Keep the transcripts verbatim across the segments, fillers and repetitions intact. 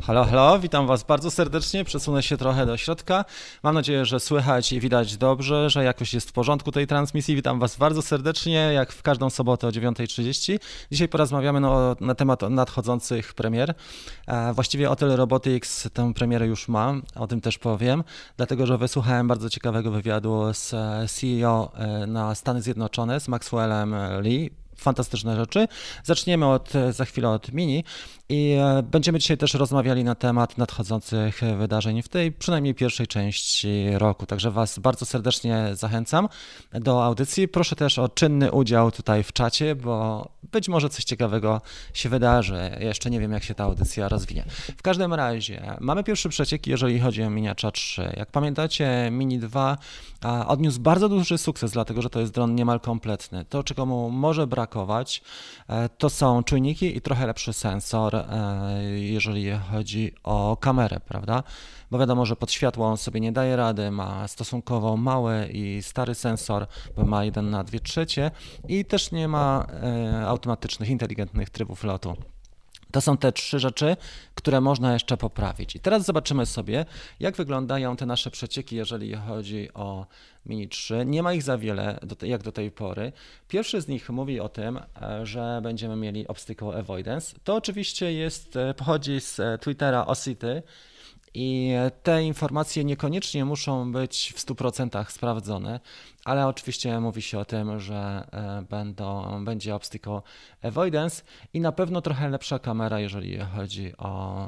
Halo, halo, witam Was bardzo serdecznie, przesunę się trochę do środka. Mam nadzieję, że słychać i widać dobrze, że jakoś jest w porządku tej transmisji. Witam Was bardzo serdecznie, jak w każdą sobotę o dziewiąta trzydzieści. Dzisiaj porozmawiamy no, na temat nadchodzących premier. E, właściwie Hotel Robotics tę premierę już ma, o tym też powiem, dlatego że wysłuchałem bardzo ciekawego wywiadu z C E O na Stany Zjednoczone, z Maxwellem Lee. Fantastyczne rzeczy. Zaczniemy od, za chwilę od Mini i będziemy dzisiaj też rozmawiali na temat nadchodzących wydarzeń w tej przynajmniej pierwszej części roku. Także Was bardzo serdecznie zachęcam do audycji. Proszę też o czynny udział tutaj w czacie, bo być może coś ciekawego się wydarzy. Ja jeszcze nie wiem, jak się ta audycja rozwinie. W każdym razie mamy pierwszy przeciek, jeżeli chodzi o Miniacza trzy. Jak pamiętacie, Mini dwa odniósł bardzo duży sukces, dlatego że to jest dron niemal kompletny. To, czego mu może brakować, to są czujniki i trochę lepszy sensor, jeżeli chodzi o kamerę, prawda? Bo wiadomo, że pod światło on sobie nie daje rady, ma stosunkowo mały i stary sensor, bo ma jeden na dwie trzecie i też nie ma automatycznych, inteligentnych trybów lotu. To są te trzy rzeczy, które można jeszcze poprawić. I teraz zobaczymy sobie, jak wyglądają te nasze przecieki, jeżeli chodzi o Mini trzy. Nie ma ich za wiele, jak do tej pory. Pierwszy z nich mówi o tym, że będziemy mieli obstacle avoidance. To oczywiście jest, pochodzi z Twittera Osity. I te informacje niekoniecznie muszą być w stu procentach sprawdzone, ale oczywiście mówi się o tym, że będą, będzie obstacle avoidance i na pewno trochę lepsza kamera, jeżeli chodzi o,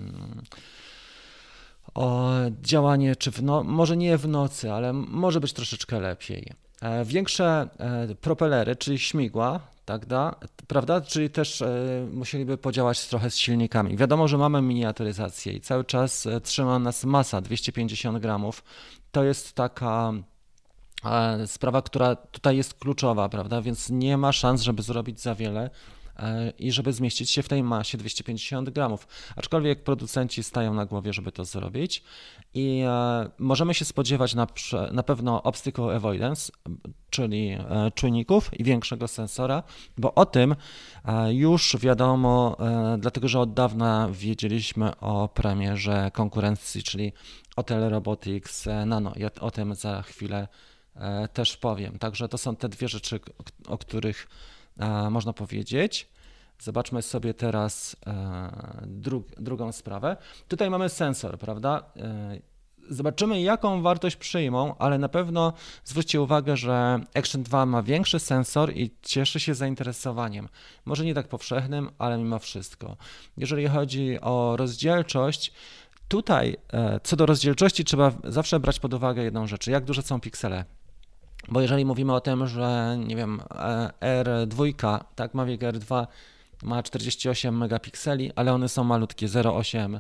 o działanie, czy w no, może nie w nocy, ale może być troszeczkę lepiej. Większe propelery, czyli śmigła, tak da, prawda? Czyli też e, musieliby podziałać trochę z silnikami. Wiadomo, że mamy miniaturyzację i cały czas e, trzyma nas masa dwieście pięćdziesiąt gramów. To jest taka e, sprawa, która tutaj jest kluczowa, prawda? Więc nie ma szans, żeby zrobić za wiele e, i żeby zmieścić się w tej masie dwieście pięćdziesiąt gramów. Aczkolwiek producenci stają na głowie, żeby to zrobić i e, możemy się spodziewać na, na pewno obstacle avoidance, czyli e, czujników i większego sensora, bo o tym e, już wiadomo, e, dlatego że od dawna wiedzieliśmy o premierze konkurencji, czyli Hotel Robotics e, Nano. Ja o tym za chwilę e, też powiem. Także to są te dwie rzeczy, o których e, można powiedzieć. Zobaczmy sobie teraz dru- drugą sprawę. Tutaj mamy sensor, prawda? Zobaczymy, jaką wartość przyjmą, ale na pewno zwróćcie uwagę, że Action dwa ma większy sensor i cieszy się zainteresowaniem. Może nie tak powszechnym, ale mimo wszystko. Jeżeli chodzi o rozdzielczość, tutaj co do rozdzielczości trzeba zawsze brać pod uwagę jedną rzecz. Jak duże są piksele? Bo jeżeli mówimy o tym, że nie wiem, R dwa, tak, Mavic R dwa ma czterdzieści osiem megapikseli, ale one są malutkie, zero przecinek osiem.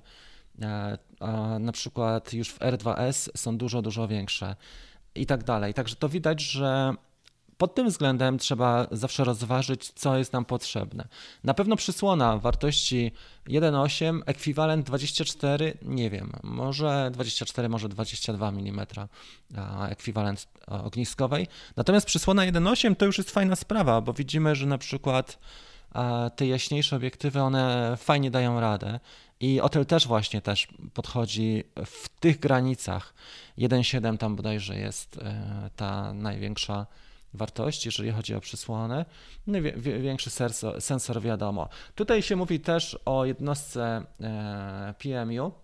A na przykład już w R dwa S są dużo, dużo większe i tak dalej. Także to widać, że pod tym względem trzeba zawsze rozważyć, co jest nam potrzebne. Na pewno przysłona wartości jeden przecinek osiem, ekwiwalent dwadzieścia cztery, nie wiem, może dwadzieścia cztery, może dwadzieścia dwa milimetry ekwiwalent ogniskowej. Natomiast przysłona jeden przecinek osiem to już jest fajna sprawa, bo widzimy, że na przykład te jaśniejsze obiektywy, one fajnie dają radę i Hotel też właśnie też podchodzi w tych granicach. jeden przecinek siedem tam bodajże jest ta największa wartość, jeżeli chodzi o przysłonę. No i większy sensor, sensor wiadomo. Tutaj się mówi też o jednostce P M U,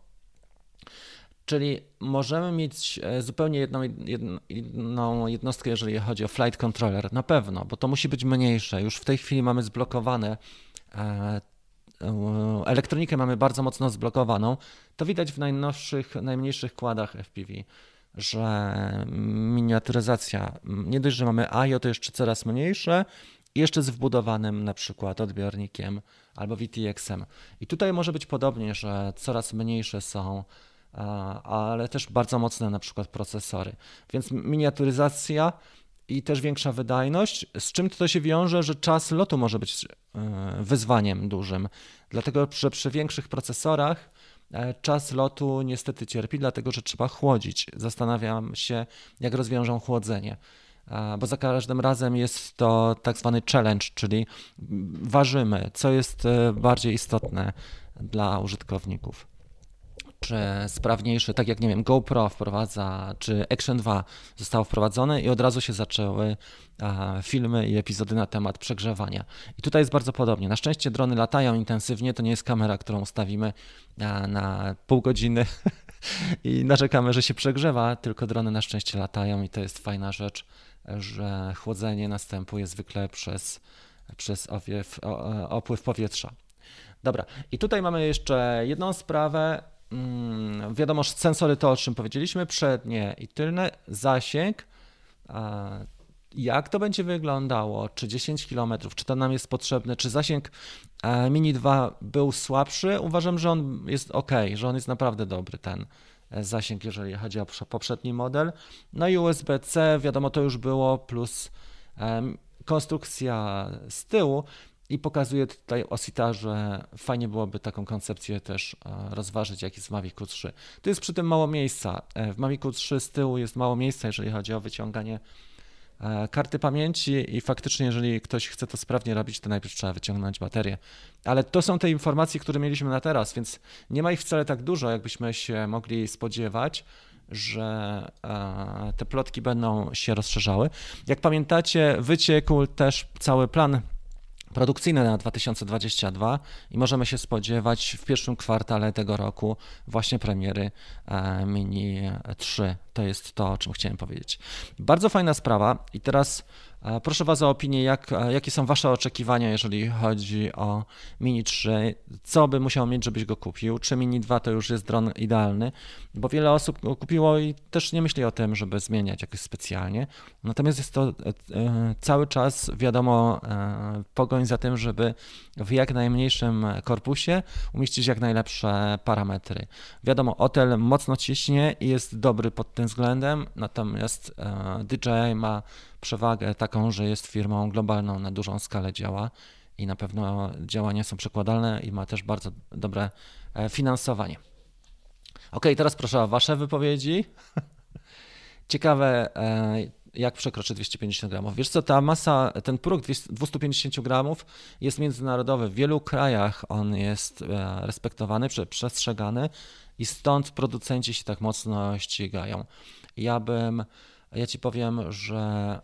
czyli możemy mieć zupełnie jedną, jedną jednostkę, jeżeli chodzi o flight controller, na pewno, bo to musi być mniejsze. Już w tej chwili mamy zblokowane, elektronikę mamy bardzo mocno zblokowaną. To widać w najnowszych, najmniejszych kładach F P V, że miniaturyzacja, nie dość, że mamy A I O, to jeszcze coraz mniejsze i jeszcze z wbudowanym na przykład odbiornikiem albo V T X-em. I tutaj może być podobnie, że coraz mniejsze są, ale też bardzo mocne na przykład procesory. Więc miniaturyzacja i też większa wydajność, z czym to się wiąże, że czas lotu może być wyzwaniem dużym. Dlatego, że przy większych procesorach czas lotu niestety cierpi, dlatego że trzeba chłodzić. Zastanawiam się, jak rozwiążą chłodzenie, bo za każdym razem jest to tak zwany challenge, czyli ważymy, co jest bardziej istotne dla użytkowników. czy sprawniejszy, tak jak nie wiem, GoPro wprowadza, czy Action dwa zostało wprowadzone i od razu się zaczęły filmy i epizody na temat przegrzewania. I tutaj jest bardzo podobnie. Na szczęście drony latają intensywnie, to nie jest kamera, którą ustawimy na, na pół godziny i narzekamy, że się przegrzewa, tylko drony na szczęście latają i to jest fajna rzecz, że chłodzenie następuje zwykle przez, przez owiew, opływ powietrza. Dobra, i tutaj mamy jeszcze jedną sprawę. Hmm, wiadomo, że sensory to, o czym powiedzieliśmy, przednie i tylne, zasięg. Jak to będzie wyglądało? Czy dziesięć kilometrów? Czy to nam jest potrzebne? Czy zasięg Mini dwa był słabszy? Uważam, że on jest ok, że on jest naprawdę dobry, ten zasięg, jeżeli chodzi o poprzedni model. No i U S B C, wiadomo, to już było, plus konstrukcja z tyłu. I pokazuje tutaj Osita, że fajnie byłoby taką koncepcję też rozważyć, jak jest w Mavicu trzy. Tu jest przy tym mało miejsca. W Mavicu trzy z tyłu jest mało miejsca, jeżeli chodzi o wyciąganie karty pamięci i faktycznie, jeżeli ktoś chce to sprawnie robić, to najpierw trzeba wyciągnąć baterię. Ale to są te informacje, które mieliśmy na teraz, więc nie ma ich wcale tak dużo, jakbyśmy się mogli spodziewać, że te plotki będą się rozszerzały. Jak pamiętacie, wyciekł też cały plan produkcyjne na dwa tysiące dwudziesty drugi i możemy się spodziewać w pierwszym kwartale tego roku właśnie premiery Mini trzy. To jest to, o czym chciałem powiedzieć. Bardzo fajna sprawa i teraz proszę Was o opinię, jak, jakie są Wasze oczekiwania, jeżeli chodzi o Mini trzy, co by musiał mieć, żebyś go kupił, czy Mini dwa to już jest dron idealny, bo wiele osób go kupiło i też nie myśli o tym, żeby zmieniać jakoś specjalnie, natomiast jest to cały czas, wiadomo, pogoń za tym, żeby w jak najmniejszym korpusie umieścić jak najlepsze parametry. Wiadomo, Otel mocno ciśnie i jest dobry pod tym względem, natomiast D J I ma przewagę taką, że jest firmą globalną, na dużą skalę działa i na pewno działania są przekładalne i ma też bardzo dobre finansowanie. Ok, teraz proszę o Wasze wypowiedzi. Ciekawe, jak przekroczy dwieście pięćdziesiąt gramów. Wiesz co, ta masa, ten próg dwieście pięćdziesiąt gramów jest międzynarodowy. W wielu krajach on jest respektowany, przestrzegany i stąd producenci się tak mocno ścigają. Ja bym Ja ci powiem, że,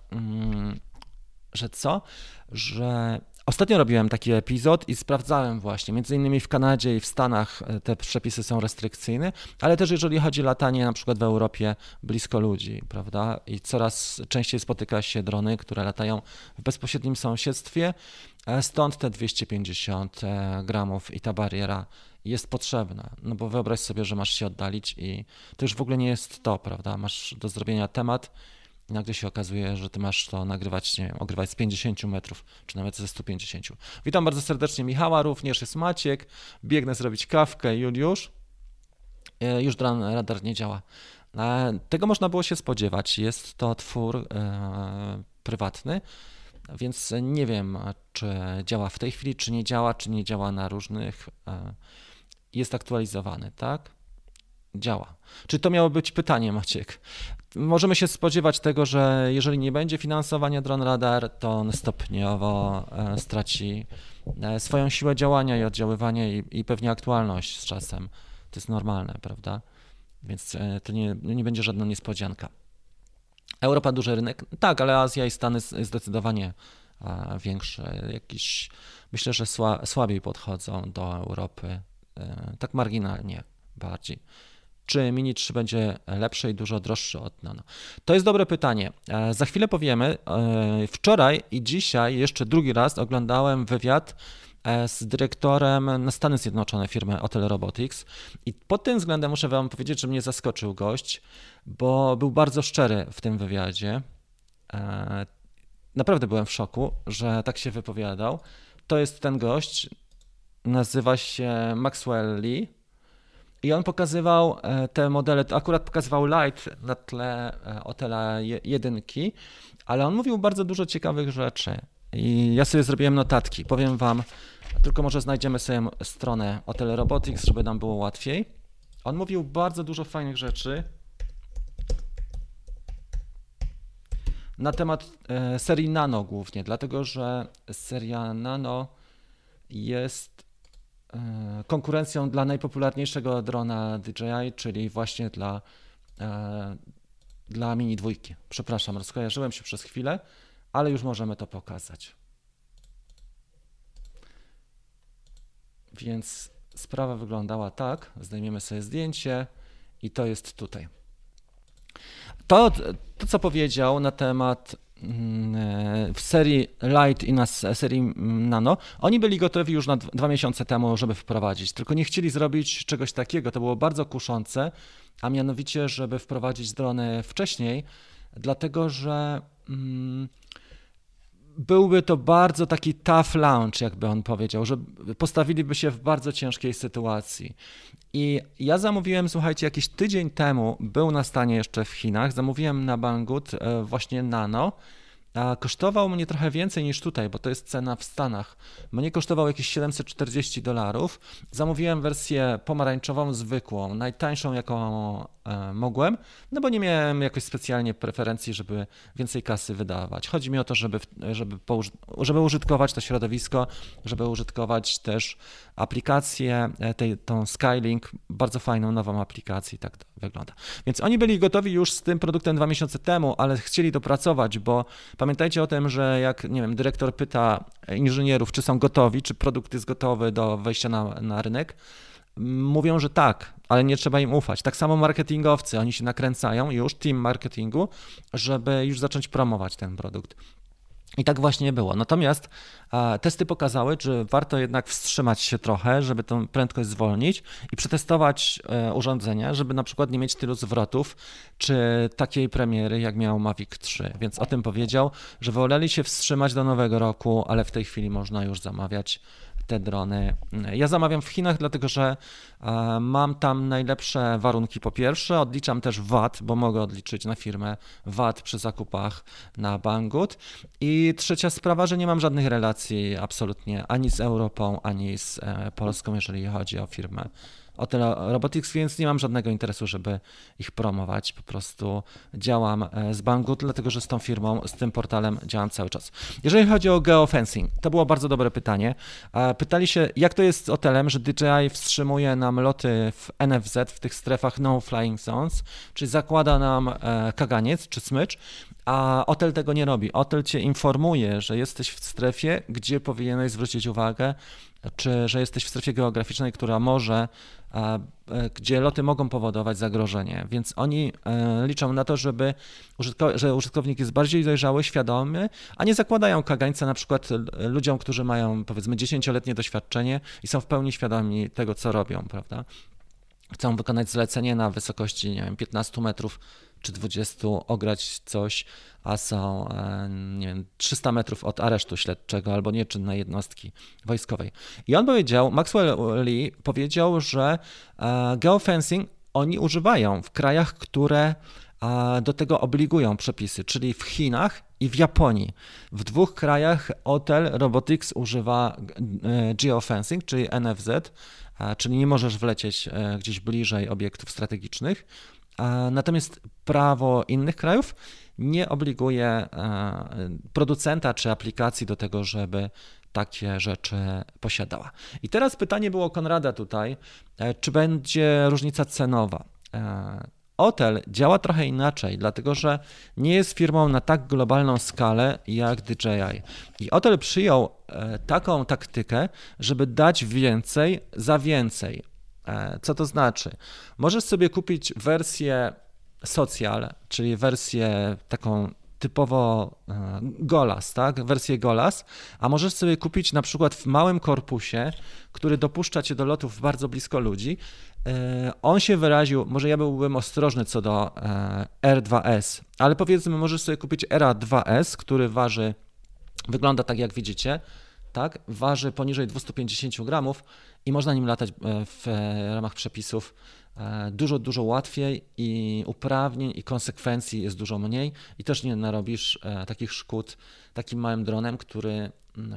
że co? Że ostatnio robiłem taki epizod i sprawdzałem właśnie, między innymi w Kanadzie i w Stanach te przepisy są restrykcyjne, ale też jeżeli chodzi o latanie na przykład w Europie blisko ludzi, prawda? I coraz częściej spotyka się drony, które latają w bezpośrednim sąsiedztwie, stąd te dwieście pięćdziesiąt gramów i ta bariera jest potrzebna, no bo wyobraź sobie, że masz się oddalić i to już w ogóle nie jest to, prawda? Masz do zrobienia temat i nagle się okazuje, że ty masz to nagrywać, nie wiem, ogrywać z pięćdziesięciu metrów, czy nawet ze stu pięćdziesięciu. Witam bardzo serdecznie Michała, również jest Maciek, biegnę zrobić kawkę, Juliusz. Już dron radar nie działa. Tego można było się spodziewać, jest to twór e, prywatny, więc nie wiem, czy działa w tej chwili, czy nie działa, czy nie działa na różnych... E, jest aktualizowany, tak? Działa. Czy to miało być pytanie, Maciek? Możemy się spodziewać tego, że jeżeli nie będzie finansowania Drone Radar, to on stopniowo straci swoją siłę działania i oddziaływania i, i pewnie aktualność z czasem. To jest normalne, prawda? Więc to nie, nie będzie żadna niespodzianka. Europa duży rynek? Tak, ale Azja i Stany zdecydowanie większe. Jakiś, myślę, że sła, słabiej podchodzą do Europy. Tak marginalnie bardziej. Czy Mini trzy będzie lepsze i dużo droższe od Nano? To jest dobre pytanie. Za chwilę powiemy. Wczoraj i dzisiaj jeszcze drugi raz oglądałem wywiad z dyrektorem na Stany Zjednoczone firmy Otel Robotics i pod tym względem muszę wam powiedzieć, że mnie zaskoczył gość, bo był bardzo szczery w tym wywiadzie. Naprawdę byłem w szoku, że tak się wypowiadał. To jest ten gość, nazywa się Maxwell Lee i on pokazywał te modele, akurat pokazywał Lite na tle Otela jedynki, ale on mówił bardzo dużo ciekawych rzeczy i ja sobie zrobiłem notatki, powiem wam, tylko może znajdziemy sobie stronę Otel Robotics, żeby nam było łatwiej. On mówił bardzo dużo fajnych rzeczy na temat serii Nano głównie, dlatego że seria Nano jest konkurencją dla najpopularniejszego drona D J I, czyli właśnie dla, dla Mini dwójki. Przepraszam, rozkojarzyłem się przez chwilę, ale już możemy to pokazać. Więc sprawa wyglądała tak, zdejmiemy sobie zdjęcie i to jest tutaj. To, to co powiedział na temat w serii Light i na serii Nano, oni byli gotowi już na dwa miesiące temu, żeby wprowadzić, tylko nie chcieli zrobić czegoś takiego, to było bardzo kuszące, a mianowicie, żeby wprowadzić drony wcześniej, dlatego że mm, byłby to bardzo taki tough launch, jakby on powiedział, że postawiliby się w bardzo ciężkiej sytuacji. I ja zamówiłem, słuchajcie, jakiś tydzień temu, był na stanie jeszcze w Chinach, zamówiłem na Banggood właśnie Nano, a kosztował mnie trochę więcej niż tutaj, bo to jest cena w Stanach. Mnie kosztował jakieś siedemset czterdzieści dolarów. Zamówiłem wersję pomarańczową, zwykłą, najtańszą jaką e, mogłem, no bo nie miałem jakoś specjalnie preferencji, żeby więcej kasy wydawać. Chodzi mi o to, żeby, żeby, pouż- żeby użytkować to środowisko, żeby użytkować też aplikację, tej, tą Skylink, bardzo fajną, nową aplikację i tak to wygląda. Więc oni byli gotowi już z tym produktem dwa miesiące temu, ale chcieli dopracować, bo pamiętajcie o tym, że jak, nie wiem, dyrektor pyta inżynierów, czy są gotowi, czy produkt jest gotowy do wejścia na, na rynek, mówią, że tak, ale nie trzeba im ufać. Tak samo marketingowcy, oni się nakręcają już, team marketingu, żeby już zacząć promować ten produkt. I tak właśnie było. Natomiast e, testy pokazały, że warto jednak wstrzymać się trochę, żeby tą prędkość zwolnić i przetestować e, urządzenia, żeby na przykład nie mieć tylu zwrotów, czy takiej premiery, jak miał Mavic trzy. Więc o tym powiedział, że woleli się wstrzymać do nowego roku, ale w tej chwili można już zamawiać te drony. Ja zamawiam w Chinach, dlatego że e, mam tam najlepsze warunki po pierwsze, odliczam też V A T, bo mogę odliczyć na firmę V A T przy zakupach na Banggood i trzecia sprawa, że nie mam żadnych relacji absolutnie ani z Europą, ani z e, Polską, jeżeli chodzi o firmę Otel Robotics, więc nie mam żadnego interesu, żeby ich promować. Po prostu działam z Banggood, dlatego że z tą firmą, z tym portalem działam cały czas. Jeżeli chodzi o geofencing, to było bardzo dobre pytanie. Pytali się, jak to jest z Otelem, że D J I wstrzymuje nam loty w N F Z, w tych strefach no flying zones, czyli zakłada nam kaganiec czy smycz, a Otel tego nie robi. Otel cię informuje, że jesteś w strefie, gdzie powinieneś zwrócić uwagę, czy że jesteś w strefie geograficznej, która może, gdzie loty mogą powodować zagrożenie. Więc oni liczą na to, żeby użytko- że użytkownik jest bardziej dojrzały, świadomy, a nie zakładają kagańca na przykład ludziom, którzy mają powiedzmy dziesięcioletnie doświadczenie i są w pełni świadomi tego, co robią, prawda? Chcą wykonać zlecenie na wysokości, nie wiem, piętnastu metrów czy dwudziestu, ograć coś, a są, nie wiem, trzysta metrów od aresztu śledczego albo nieczynnej jednostki wojskowej. I on powiedział, Maxwell Lee powiedział, że geofencing oni używają w krajach, które do tego obligują przepisy, czyli w Chinach i w Japonii. W dwóch krajach Otel Robotics używa geofencing, czyli N F Z, czyli nie możesz wlecieć gdzieś bliżej obiektów strategicznych. Natomiast prawo innych krajów nie obliguje producenta czy aplikacji do tego, żeby takie rzeczy posiadała. I teraz pytanie było Konrada tutaj, czy będzie różnica cenowa. Otel działa trochę inaczej, dlatego że nie jest firmą na tak globalną skalę jak D J I. I Otel przyjął taką taktykę, żeby dać więcej za więcej. Co to znaczy? Możesz sobie kupić wersję social, czyli wersję taką typowo Golas, tak? Wersję Golas, a możesz sobie kupić na przykład w małym korpusie, który dopuszcza cię do lotów bardzo blisko ludzi. On się wyraził, może ja byłbym ostrożny co do R dwa S, ale powiedzmy, możesz sobie kupić R A dwa S, który waży, wygląda tak jak widzicie, tak? Waży poniżej dwieście pięćdziesiąt gramów i można nim latać w ramach przepisów dużo, dużo łatwiej i uprawnień i konsekwencji jest dużo mniej i też nie narobisz takich szkód takim małym dronem, który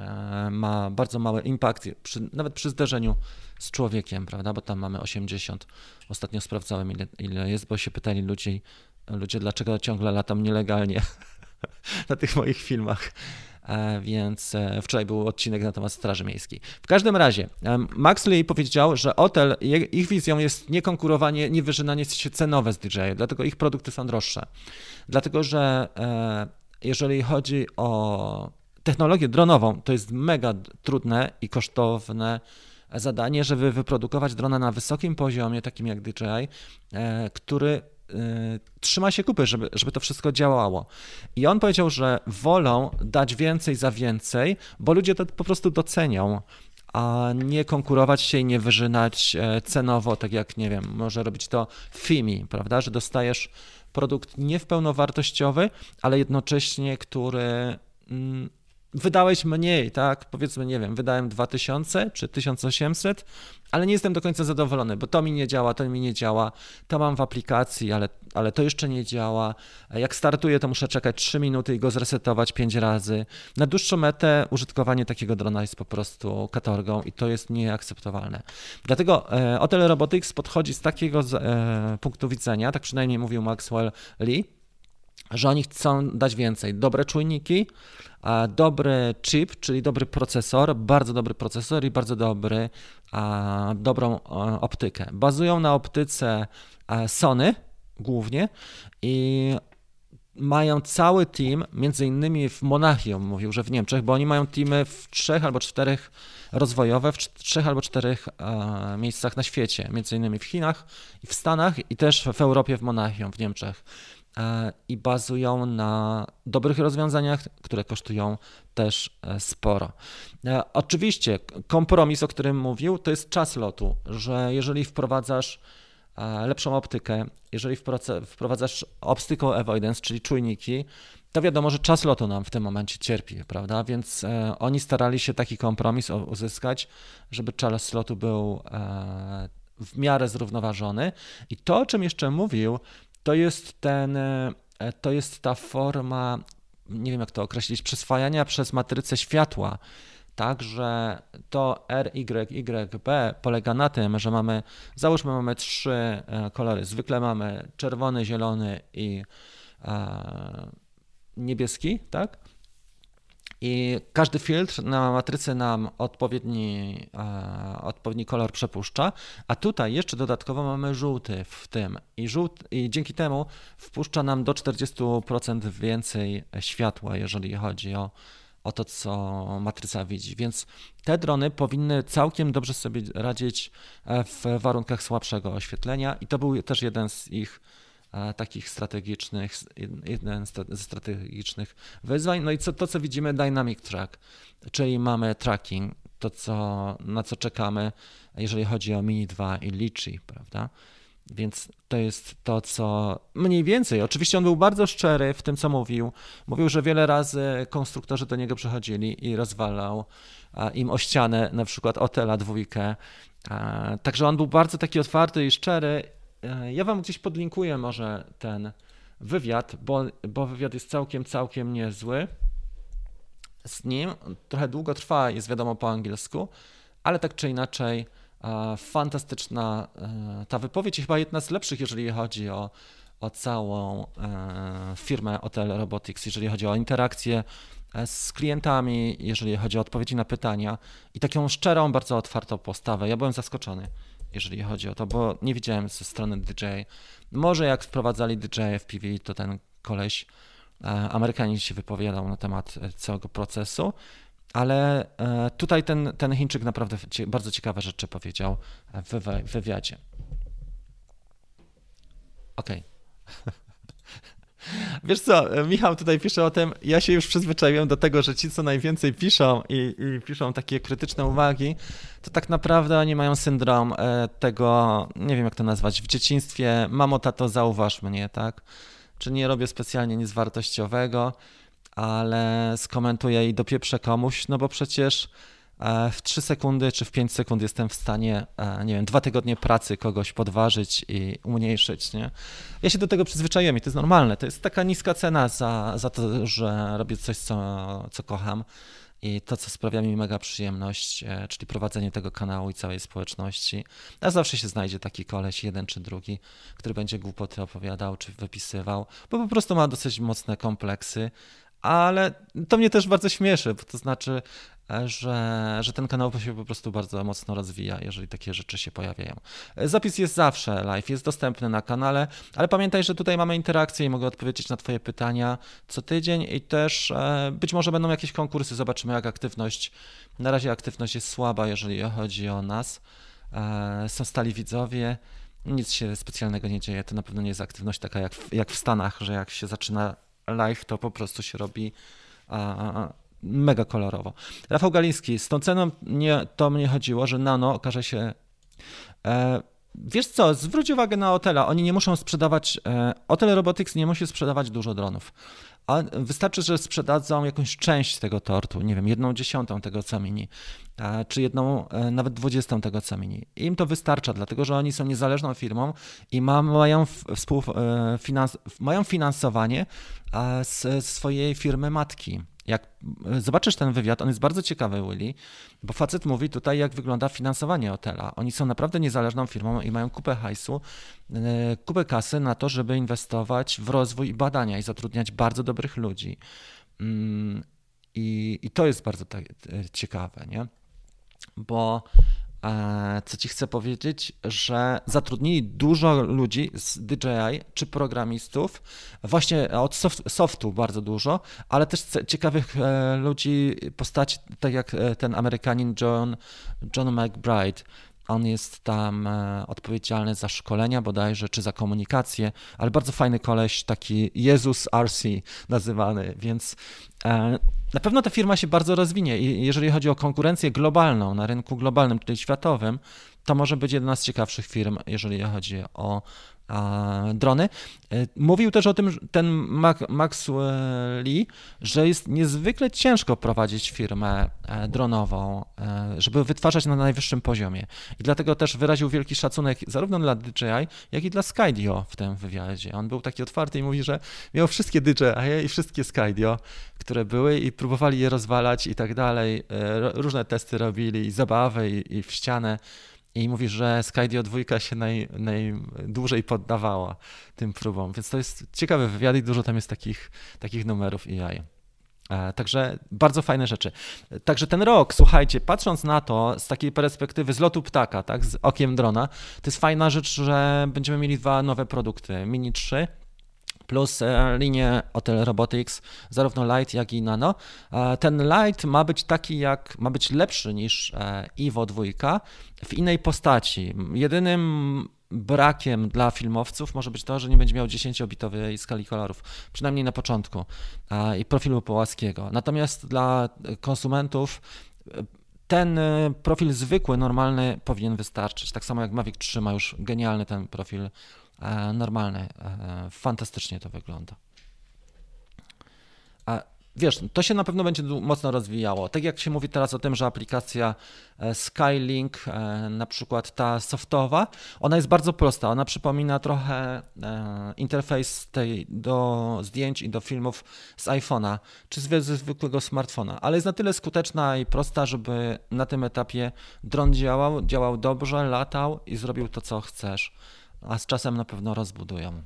ma bardzo mały impact, przy, nawet przy zderzeniu z człowiekiem, prawda, bo tam mamy osiemdziesiąt. Ostatnio sprawdzałem, ile, ile jest, bo się pytali ludzie, ludzie, dlaczego ciągle latam nielegalnie na tych moich filmach. więc wczoraj był odcinek na temat Straży Miejskiej. W każdym razie Max Lee powiedział, że Otel, ich wizją jest nie konkurowanie, nie wyżynanie się cenowe z D J, dlatego ich produkty są droższe. Dlatego, że jeżeli chodzi o technologię dronową, to jest mega trudne i kosztowne zadanie, żeby wyprodukować drona na wysokim poziomie, takim jak D J I, który trzyma się kupy, żeby, żeby to wszystko działało. I on powiedział, że wolą dać więcej za więcej, bo ludzie to po prostu docenią, a nie konkurować się i nie wyżynać cenowo, tak jak, nie wiem, może robić to Fimi, prawda, że dostajesz produkt nie w pełnowartościowy, ale jednocześnie, który mm, wydałeś mniej, tak, powiedzmy, nie wiem, wydałem dwa tysiące czy tysiąc osiemset, ale nie jestem do końca zadowolony, bo to mi nie działa, to mi nie działa, to mam w aplikacji, ale, ale to jeszcze nie działa. Jak startuję, to muszę czekać trzy minuty i go zresetować pięć razy. Na dłuższą metę użytkowanie takiego drona jest po prostu katorgą i to jest nieakceptowalne. Dlatego Otel Robotics podchodzi z takiego e, punktu widzenia, tak przynajmniej mówił Maxwell Lee, że oni chcą dać więcej. Dobre czujniki, dobry chip, czyli dobry procesor, bardzo dobry procesor i bardzo dobry, dobrą optykę. Bazują na optyce Sony głównie i mają cały team, między innymi w Monachium, mówił, że w Niemczech, bo oni mają teamy w trzech albo czterech rozwojowe, w trzech albo czterech miejscach na świecie, między innymi w Chinach i w Stanach i też w Europie, w Monachium, w Niemczech. I bazują na dobrych rozwiązaniach, które kosztują też sporo. Oczywiście kompromis, o którym mówił, to jest czas lotu, że jeżeli wprowadzasz lepszą optykę, jeżeli wprowadzasz obstacle avoidance, czyli czujniki, to wiadomo, że czas lotu nam w tym momencie cierpi, prawda? Więc oni starali się taki kompromis uzyskać, żeby czas lotu był w miarę zrównoważony. I to, o czym jeszcze mówił, To jest ten, to jest ta forma, nie wiem jak to określić, przyswajania przez matrycę światła. Także to R Y Y B polega na tym, że mamy, załóżmy, mamy trzy kolory. Zwykle mamy czerwony, zielony i niebieski, tak? I każdy filtr na matrycy nam odpowiedni, e, odpowiedni kolor przepuszcza, a tutaj jeszcze dodatkowo mamy żółty w tym i, żółty, i dzięki temu wpuszcza nam do czterdzieści procent więcej światła, jeżeli chodzi o, o to, co matryca widzi. Więc te drony powinny całkiem dobrze sobie radzić w warunkach słabszego oświetlenia i to był też jeden z ich takich strategicznych, jeden ze strategicznych wyzwań. No i co, to, co widzimy, Dynamic Track, czyli mamy tracking, to co, na co czekamy, jeżeli chodzi o Mini dwa i Litchi, prawda? Więc to jest to, co mniej więcej, oczywiście on był bardzo szczery w tym, co mówił. Mówił, że wiele razy konstruktorzy do niego przychodzili i rozwalał im o ścianę, na przykład Otela dwójkę. Także on był bardzo taki otwarty i szczery. Ja wam gdzieś podlinkuję może ten wywiad, bo, bo wywiad jest całkiem, całkiem niezły z nim. Trochę długo trwa, jest wiadomo po angielsku, ale tak czy inaczej fantastyczna ta wypowiedź i chyba jedna z lepszych, jeżeli chodzi o, o całą firmę Otel Robotics, jeżeli chodzi o interakcję z klientami, jeżeli chodzi o odpowiedzi na pytania i taką szczerą, bardzo otwartą postawę. Ja byłem zaskoczony, jeżeli chodzi o to, bo nie widziałem ze strony D J. Może jak wprowadzali D J F P V, to ten koleś, Amerykanin się wypowiadał na temat całego procesu, ale tutaj ten, ten Chińczyk naprawdę bardzo ciekawe rzeczy powiedział w wywiadzie. Okej. Okay. Wiesz co, Michał tutaj pisze o tym, ja się już przyzwyczaiłem do tego, że ci, co najwięcej piszą i, i piszą takie krytyczne uwagi, to tak naprawdę oni mają syndrom tego, nie wiem jak to nazwać, w dzieciństwie, mamo, tato, zauważ mnie, tak? Czy nie robię specjalnie nic wartościowego, ale skomentuję i dopieprzę komuś, no bo przecież w trzy sekundy czy w pięć sekund jestem w stanie, nie wiem, dwa tygodnie pracy kogoś podważyć i umniejszyć, nie? Ja się do tego przyzwyczaiłem i to jest normalne. To jest taka niska cena za, za to, że robię coś, co, co kocham i to, co sprawia mi mega przyjemność, czyli prowadzenie tego kanału i całej społeczności. A zawsze się znajdzie taki koleś, jeden czy drugi, który będzie głupoty opowiadał czy wypisywał, bo po prostu ma dosyć mocne kompleksy, ale to mnie też bardzo śmieszy, bo to znaczy, że, że ten kanał się po prostu bardzo mocno rozwija, jeżeli takie rzeczy się pojawiają. Zapis jest zawsze live, jest dostępny na kanale, ale pamiętaj, że tutaj mamy interakcję i mogę odpowiedzieć na twoje pytania co tydzień i też e, być może będą jakieś konkursy, zobaczymy jak aktywność, na razie aktywność jest słaba, jeżeli chodzi o nas, e, są stali widzowie, nic się specjalnego nie dzieje, to na pewno nie jest aktywność taka jak w, jak w Stanach, że jak się zaczyna live, to po prostu się robi a, mega kolorowo. Rafał Galiński, z tą ceną nie, to mnie chodziło, że Nano okaże się... E, wiesz co, zwróć uwagę na Otela, oni nie muszą sprzedawać, e, Otel Robotics nie musi sprzedawać dużo dronów, a wystarczy, że sprzedadzą jakąś część tego tortu, nie wiem, jedną dziesiątą tego co mini, e, czy jedną, e, nawet dwudziestą tego co mini. Im to wystarcza, dlatego że oni są niezależną firmą i ma, mają, współ, e, finans, mają finansowanie e, z swojej firmy matki. Jak zobaczysz ten wywiad, on jest bardzo ciekawy, Willy, bo facet mówi tutaj, jak wygląda finansowanie Otela. Oni są naprawdę niezależną firmą i mają kupę hajsu, kupę kasy na to, żeby inwestować w rozwój i badania i zatrudniać bardzo dobrych ludzi. I, i to jest bardzo tak, ciekawe, nie? Bo co ci chcę powiedzieć, że zatrudnili dużo ludzi z D J I czy programistów, właśnie od soft, softu bardzo dużo, ale też ciekawych ludzi, postaci, tak jak ten Amerykanin John, John McBride. On jest tam odpowiedzialny za szkolenia bodajże, czy za komunikację, ale bardzo fajny koleś, taki Jezus R C nazywany, więc na pewno ta firma się bardzo rozwinie i jeżeli chodzi o konkurencję globalną, na rynku globalnym, czyli światowym, to może być jedna z ciekawszych firm, jeżeli chodzi o a, drony. Mówił też o tym ten Max Lee, że jest niezwykle ciężko prowadzić firmę dronową, żeby wytwarzać na najwyższym poziomie. I dlatego też wyraził wielki szacunek zarówno dla D J I, jak i dla Skydio w tym wywiadzie. On był taki otwarty i mówi, że miał wszystkie D J I i wszystkie Skydio, które były i próbowali je rozwalać i tak dalej. Różne testy robili, i zabawy, i, i w ścianę. I mówi, że Skydio dwa się naj, najdłużej poddawała tym próbom. Więc to jest ciekawy wywiad i dużo tam jest takich, takich numerów A I. Także bardzo fajne rzeczy. Także ten rok, słuchajcie, patrząc na to z takiej perspektywy z lotu ptaka, tak, z okiem drona, to jest fajna rzecz, że będziemy mieli dwa nowe produkty, Mini trzy plus linię Otel Robotics, zarówno Lite, jak i Nano. Ten Lite ma być taki jak, ma być lepszy niż Evo dwa w innej postaci. Jedynym brakiem dla filmowców może być to, że nie będzie miał dziesięciobitowej skali kolorów, przynajmniej na początku, i profilu płaskiego. Natomiast dla konsumentów ten profil zwykły, normalny powinien wystarczyć. Tak samo jak Mavic trzy ma już genialny ten profil normalny. Fantastycznie to wygląda. Wiesz, to się na pewno będzie mocno rozwijało. Tak jak się mówi teraz o tym, że aplikacja Skylink, na przykład ta softowa, ona jest bardzo prosta. Ona przypomina trochę interfejs tej do zdjęć i do filmów z iPhone'a, czy z zwykłego smartfona, ale jest na tyle skuteczna i prosta, żeby na tym etapie dron działał, działał dobrze, latał i zrobił to, co chcesz. A z czasem na pewno rozbudują.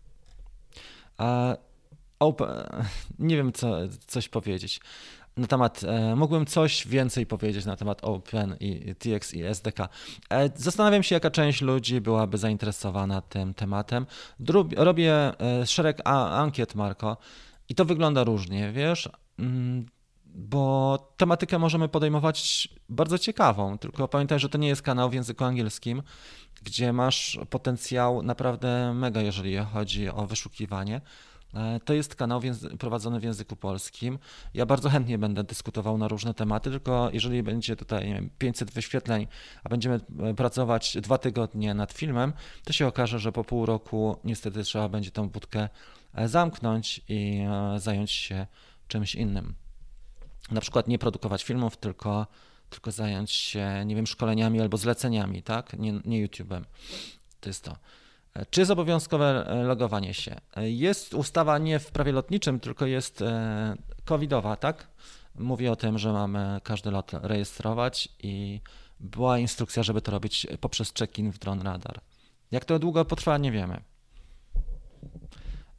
Open, nie wiem, co coś powiedzieć na temat, mógłbym coś więcej powiedzieć na temat Open i T X i S D K. Zastanawiam się, jaka część ludzi byłaby zainteresowana tym tematem. Robię szereg ankiet, Marko, i to wygląda różnie, wiesz, bo tematykę możemy podejmować bardzo ciekawą, tylko pamiętaj, że to nie jest kanał w języku angielskim, gdzie masz potencjał naprawdę mega, jeżeli chodzi o wyszukiwanie. To jest kanał prowadzony w języku polskim. Ja bardzo chętnie będę dyskutował na różne tematy, tylko jeżeli będzie tutaj nie wiem, pięćset wyświetleń, a będziemy pracować dwa tygodnie nad filmem, to się okaże, że po pół roku niestety trzeba będzie tą budkę zamknąć i zająć się czymś innym. Na przykład nie produkować filmów, tylko, tylko zająć się, nie wiem, szkoleniami albo zleceniami, tak? Nie, nie YouTube'em. To jest to. Czy jest obowiązkowe logowanie się? Jest ustawa nie w prawie lotniczym, tylko jest covidowa, tak? Mówi o tym, że mamy każdy lot rejestrować i była instrukcja, żeby to robić poprzez check-in w Drone Radar. Jak to długo potrwa, nie wiemy.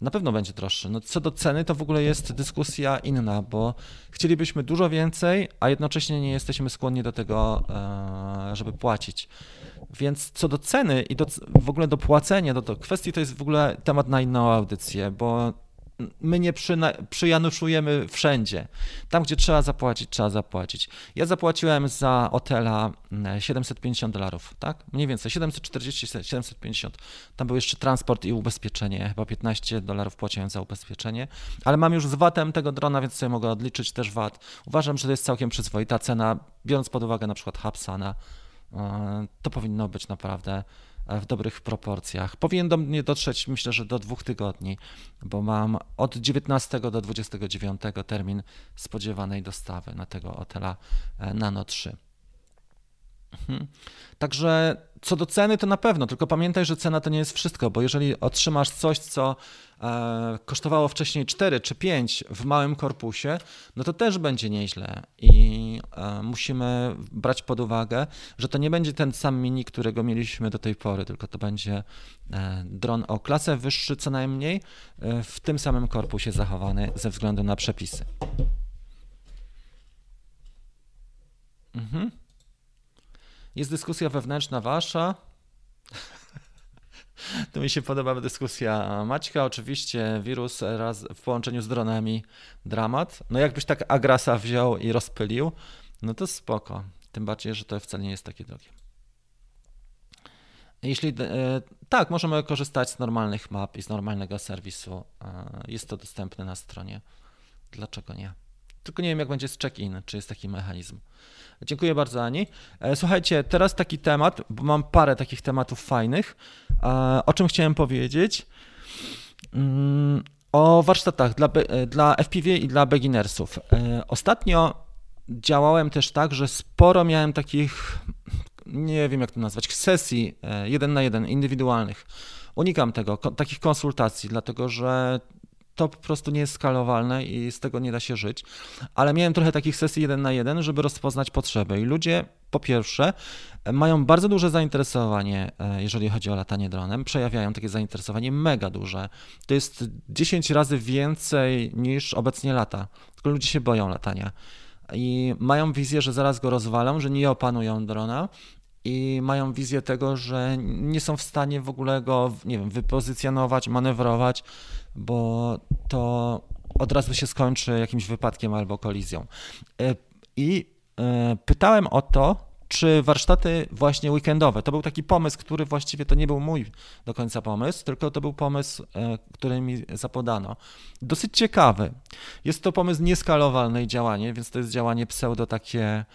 na pewno będzie droższy. No, co do ceny, to w ogóle jest dyskusja inna, bo chcielibyśmy dużo więcej, a jednocześnie nie jesteśmy skłonni do tego, e, żeby płacić. Więc co do ceny i do, w ogóle do płacenia, do, do kwestii, to jest w ogóle temat na inną audycję, bo my nie przyna, przyjanuszujemy wszędzie. Tam, gdzie trzeba zapłacić, trzeba zapłacić. Ja zapłaciłem za hotela siedemset pięćdziesiąt dolarów, tak? Mniej więcej, siedemset czterdzieści, siedemset pięćdziesiąt. Tam był jeszcze transport i ubezpieczenie. Chyba piętnaście dolarów płaciłem za ubezpieczenie, ale mam już z vatem tego drona, więc sobie mogę odliczyć też vat. Uważam, że to jest całkiem przyzwoita cena, biorąc pod uwagę na przykład Hubsana. To powinno być naprawdę w dobrych proporcjach. Powinien do mnie dotrzeć, myślę, że do dwóch tygodni, bo mam od dziewiętnastego do dwudziestego dziewiątego termin spodziewanej dostawy na tego hotela Nano trzy. Mhm. Także co do ceny, to na pewno, tylko pamiętaj, że cena to nie jest wszystko, bo jeżeli otrzymasz coś, co e, kosztowało wcześniej cztery czy pięć w małym korpusie, no to też będzie nieźle i e, musimy brać pod uwagę, że to nie będzie ten sam mini, którego mieliśmy do tej pory, tylko to będzie e, dron o klasę wyższy co najmniej, e, w tym samym korpusie zachowany ze względu na przepisy. Mhm. Jest dyskusja wewnętrzna wasza. To mi się podoba dyskusja Maćka. Oczywiście wirus raz w połączeniu z dronami dramat. No jakbyś tak Agrasa wziął i rozpylił, no to spoko. Tym bardziej, że to wcale nie jest takie drogie. Jeśli e, tak, możemy korzystać z normalnych map i z normalnego serwisu. E, jest to dostępne na stronie. Dlaczego nie? Tylko nie wiem, jak będzie z check-in, czy jest taki mechanizm. Dziękuję bardzo, Ani. Słuchajcie, teraz taki temat, bo mam parę takich tematów fajnych. O czym chciałem powiedzieć? O warsztatach dla, dla F P V i dla beginnersów. Ostatnio działałem też tak, że sporo miałem takich, nie wiem jak to nazwać, sesji jeden na jeden, indywidualnych. Unikam tego, takich konsultacji, dlatego że to po prostu nie jest skalowalne i z tego nie da się żyć, ale miałem trochę takich sesji jeden na jeden, żeby rozpoznać potrzeby i ludzie po pierwsze mają bardzo duże zainteresowanie, jeżeli chodzi o latanie dronem, przejawiają takie zainteresowanie mega duże, to jest dziesięć razy więcej niż obecnie lata, tylko ludzie się boją latania i mają wizję, że zaraz go rozwalą, że nie opanują drona, i mają wizję tego, że nie są w stanie w ogóle go, nie wiem, wypozycjonować, manewrować, bo to od razu się skończy jakimś wypadkiem albo kolizją. I pytałem o to, czy warsztaty właśnie weekendowe, to był taki pomysł, który właściwie to nie był mój do końca pomysł, tylko to był pomysł, który mi zapodano. Dosyć ciekawy. Jest to pomysł nieskalowalny i działanie, więc to jest działanie pseudo takie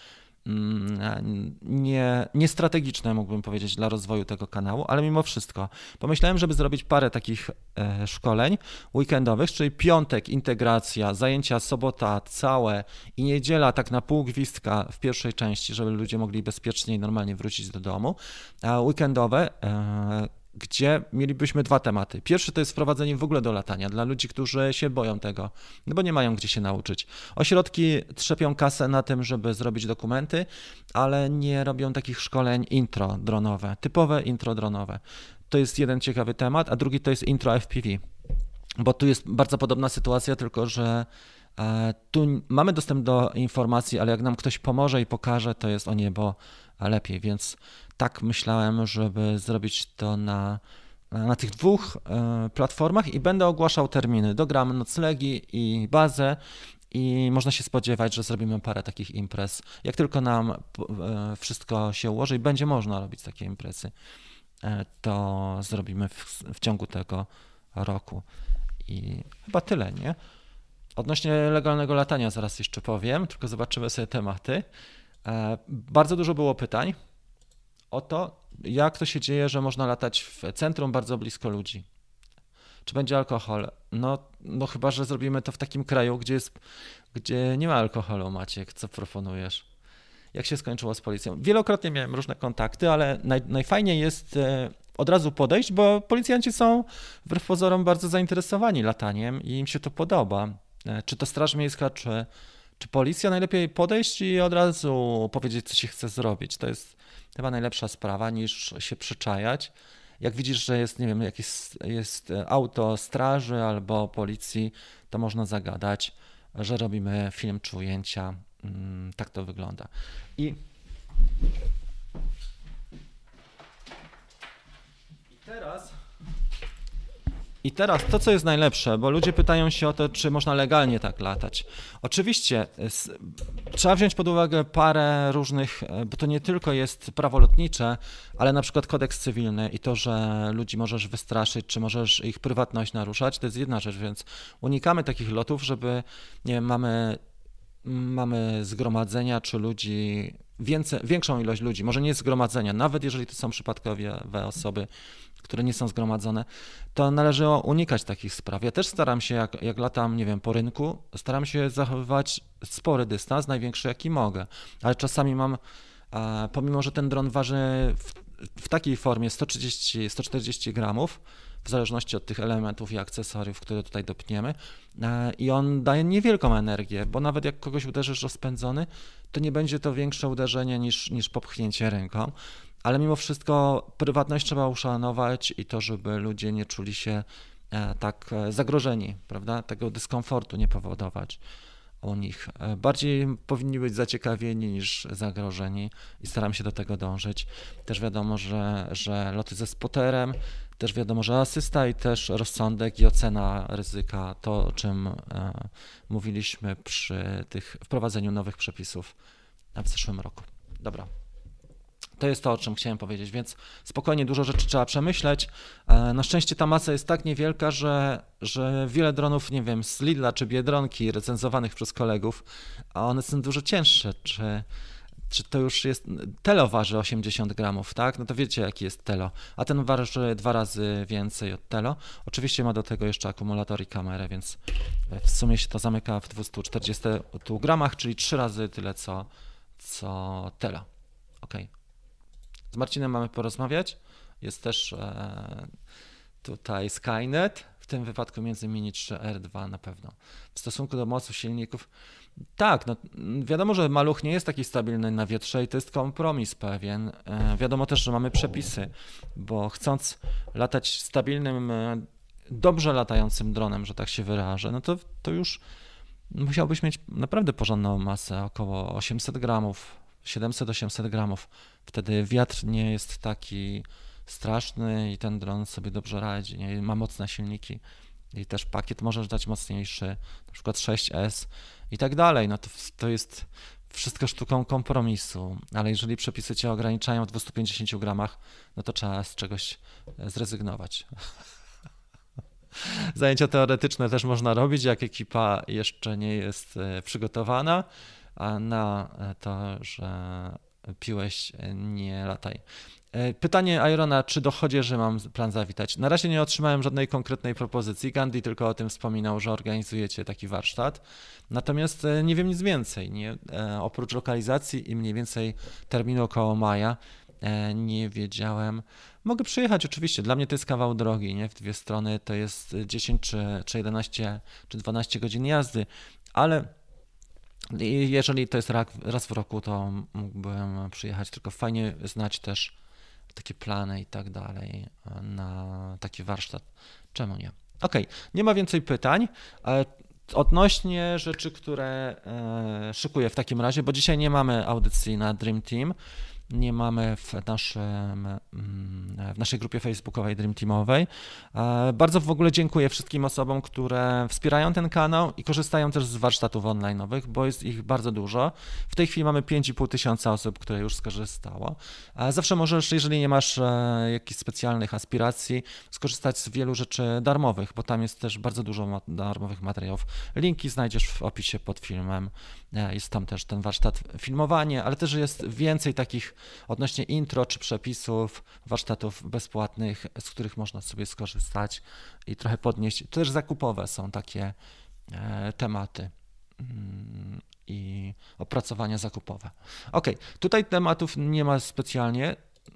nie, niestrategiczne, mógłbym powiedzieć, dla rozwoju tego kanału, ale mimo wszystko pomyślałem, żeby zrobić parę takich e, szkoleń weekendowych, czyli piątek integracja, zajęcia sobota całe i niedziela tak na pół gwizdka w pierwszej części, żeby ludzie mogli bezpiecznie i normalnie wrócić do domu, a weekendowe e, gdzie mielibyśmy dwa tematy. Pierwszy to jest wprowadzenie w ogóle do latania dla ludzi, którzy się boją tego, no bo nie mają gdzie się nauczyć. Ośrodki trzepią kasę na tym, żeby zrobić dokumenty, ale nie robią takich szkoleń intro dronowe, typowe intro dronowe. To jest jeden ciekawy temat, a drugi to jest intro F P V, bo tu jest bardzo podobna sytuacja, tylko że tu mamy dostęp do informacji, ale jak nam ktoś pomoże i pokaże, to jest o niebo lepiej, więc tak myślałem, żeby zrobić to na, na tych dwóch platformach i będę ogłaszał terminy. Dogram noclegi i bazę i można się spodziewać, że zrobimy parę takich imprez. Jak tylko nam wszystko się ułoży i będzie można robić takie imprezy, to zrobimy w, w ciągu tego roku. I chyba tyle, nie? Odnośnie legalnego latania zaraz jeszcze powiem, tylko zobaczymy sobie tematy. Bardzo dużo było pytań o to, jak to się dzieje, że można latać w centrum bardzo blisko ludzi. Czy będzie alkohol? No, no chyba, że zrobimy to w takim kraju, gdzie, jest, gdzie nie ma alkoholu, Maciek. Co proponujesz? Jak się skończyło z policją? Wielokrotnie miałem różne kontakty, ale naj, najfajniej jest od razu podejść, bo policjanci są wbrew pozorom bardzo zainteresowani lataniem i im się to podoba. Czy to Straż Miejska, czy, czy policja, najlepiej podejść i od razu powiedzieć, co się chce zrobić. To jest chyba najlepsza sprawa, niż się przyczajać Jak widzisz, że jest, nie wiem, jakieś jest auto straży albo policji, to można zagadać, że robimy film czy ujęcia. Tak to wygląda. I teraz I teraz to, co jest najlepsze, bo ludzie pytają się o to, czy można legalnie tak latać. Oczywiście s- trzeba wziąć pod uwagę parę różnych, e, bo to nie tylko jest prawo lotnicze, ale na przykład kodeks cywilny i to, że ludzi możesz wystraszyć, czy możesz ich prywatność naruszać, to jest jedna rzecz, więc unikamy takich lotów, żeby, nie wiem, mamy, mamy zgromadzenia, czy ludzi, więcej, większą ilość ludzi, może nie zgromadzenia, nawet jeżeli to są przypadkowe osoby, które nie są zgromadzone, to należy unikać takich spraw. Ja też staram się, jak, jak latam, nie wiem, po rynku, staram się zachowywać spory dystans, największy jaki mogę, ale czasami mam, e, pomimo że ten dron waży w, w takiej formie sto trzydzieści do stu czterdziestu gramów, w zależności od tych elementów i akcesoriów, które tutaj dopniemy, e, i on daje niewielką energię, bo nawet jak kogoś uderzysz rozpędzony, to nie będzie to większe uderzenie niż, niż popchnięcie ręką. Ale mimo wszystko prywatność trzeba uszanować i to, żeby ludzie nie czuli się e, tak e, zagrożeni, prawda? Tego dyskomfortu nie powodować u nich. E, Bardziej powinni być zaciekawieni niż zagrożeni i staram się do tego dążyć. Też wiadomo, że, że loty ze spoterem, też wiadomo, że asysta i też rozsądek i ocena ryzyka, to o czym e, mówiliśmy przy tych wprowadzeniu nowych przepisów w zeszłym roku. Dobra. To jest to, o czym chciałem powiedzieć, więc spokojnie dużo rzeczy trzeba przemyśleć. Na szczęście ta masa jest tak niewielka, że, że wiele dronów, nie wiem, z Lidla czy Biedronki recenzowanych przez kolegów, a one są dużo cięższe. Czy, czy to już jest... Telo waży osiemdziesiąt gramów, tak? No to wiecie, jaki jest Telo. A ten waży dwa razy więcej od Telo. Oczywiście ma do tego jeszcze akumulator i kamerę, więc w sumie się to zamyka w dwieście czterdziestu gramach, czyli trzy razy tyle, co, co Telo. Okej. Okay. Z Marcinem mamy porozmawiać. Jest też e, tutaj Skynet, w tym wypadku między Mini trzy R dwa na pewno. W stosunku do mocy silników, tak, no, wiadomo, że maluch nie jest taki stabilny na wietrze i to jest kompromis pewien. E, wiadomo też, że mamy przepisy, bo chcąc latać stabilnym, e, dobrze latającym dronem, że tak się wyrażę, no to, to już musiałbyś mieć naprawdę porządną masę, około osiemset gramów, siedemset do osiemset gramów. Wtedy wiatr nie jest taki straszny i ten dron sobie dobrze radzi, nie? Ma mocne silniki i też pakiet możesz dać mocniejszy, na przykład sześć S i tak dalej. No to, to jest wszystko sztuką kompromisu, ale jeżeli przepisy cię ograniczają w dwustu pięćdziesięciu gramach, no to trzeba z czegoś zrezygnować. Zajęcia teoretyczne też można robić, jak ekipa jeszcze nie jest przygotowana, a na to, że piłeś, nie lataj. Pytanie Irona, czy do Chodzieży mam plan zawitać? Na razie nie otrzymałem żadnej konkretnej propozycji. Gandhi tylko o tym wspominał, że organizujecie taki warsztat. Natomiast nie wiem nic więcej. Nie? Oprócz lokalizacji i mniej więcej terminu około maja nie wiedziałem. Mogę przyjechać oczywiście. Dla mnie to jest kawał drogi, nie? W dwie strony to jest dziesięć czy, czy jedenaście czy dwanaście godzin jazdy, ale jeżeli to jest raz w roku, to mógłbym przyjechać, tylko fajnie znać też takie plany i tak dalej na taki warsztat. Czemu nie? Okej, okay. Nie ma więcej pytań. Odnośnie rzeczy, które szykuję w takim razie, bo dzisiaj nie mamy audycji na Dream Team, nie mamy w, naszym, w naszej grupie facebookowej Dream Teamowej. Bardzo w ogóle dziękuję wszystkim osobom, które wspierają ten kanał i korzystają też z warsztatów online'owych, bo jest ich bardzo dużo. W tej chwili mamy pięć i pół tysiąca osób, które już skorzystało. Zawsze możesz, jeżeli nie masz jakichś specjalnych aspiracji, skorzystać z wielu rzeczy darmowych, bo tam jest też bardzo dużo darmowych materiałów. Linki znajdziesz w opisie pod filmem. Jest tam też ten warsztat filmowanie, ale też jest więcej takich odnośnie intro czy przepisów, warsztatów bezpłatnych, z których można sobie skorzystać i trochę podnieść. To też zakupowe są takie e, tematy mm, i opracowania zakupowe. Ok, tutaj tematów nie ma specjalnie.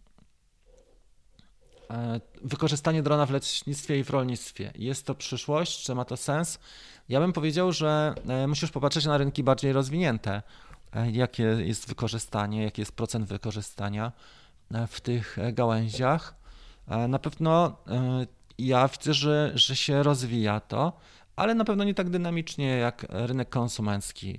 E, wykorzystanie drona w leśnictwie i w rolnictwie. Jest to przyszłość, czy ma to sens? Ja bym powiedział, że e, musisz popatrzeć na rynki bardziej rozwinięte, jakie jest wykorzystanie, jaki jest procent wykorzystania w tych gałęziach. Na pewno ja widzę, że, że się rozwija to, ale na pewno nie tak dynamicznie jak rynek konsumencki,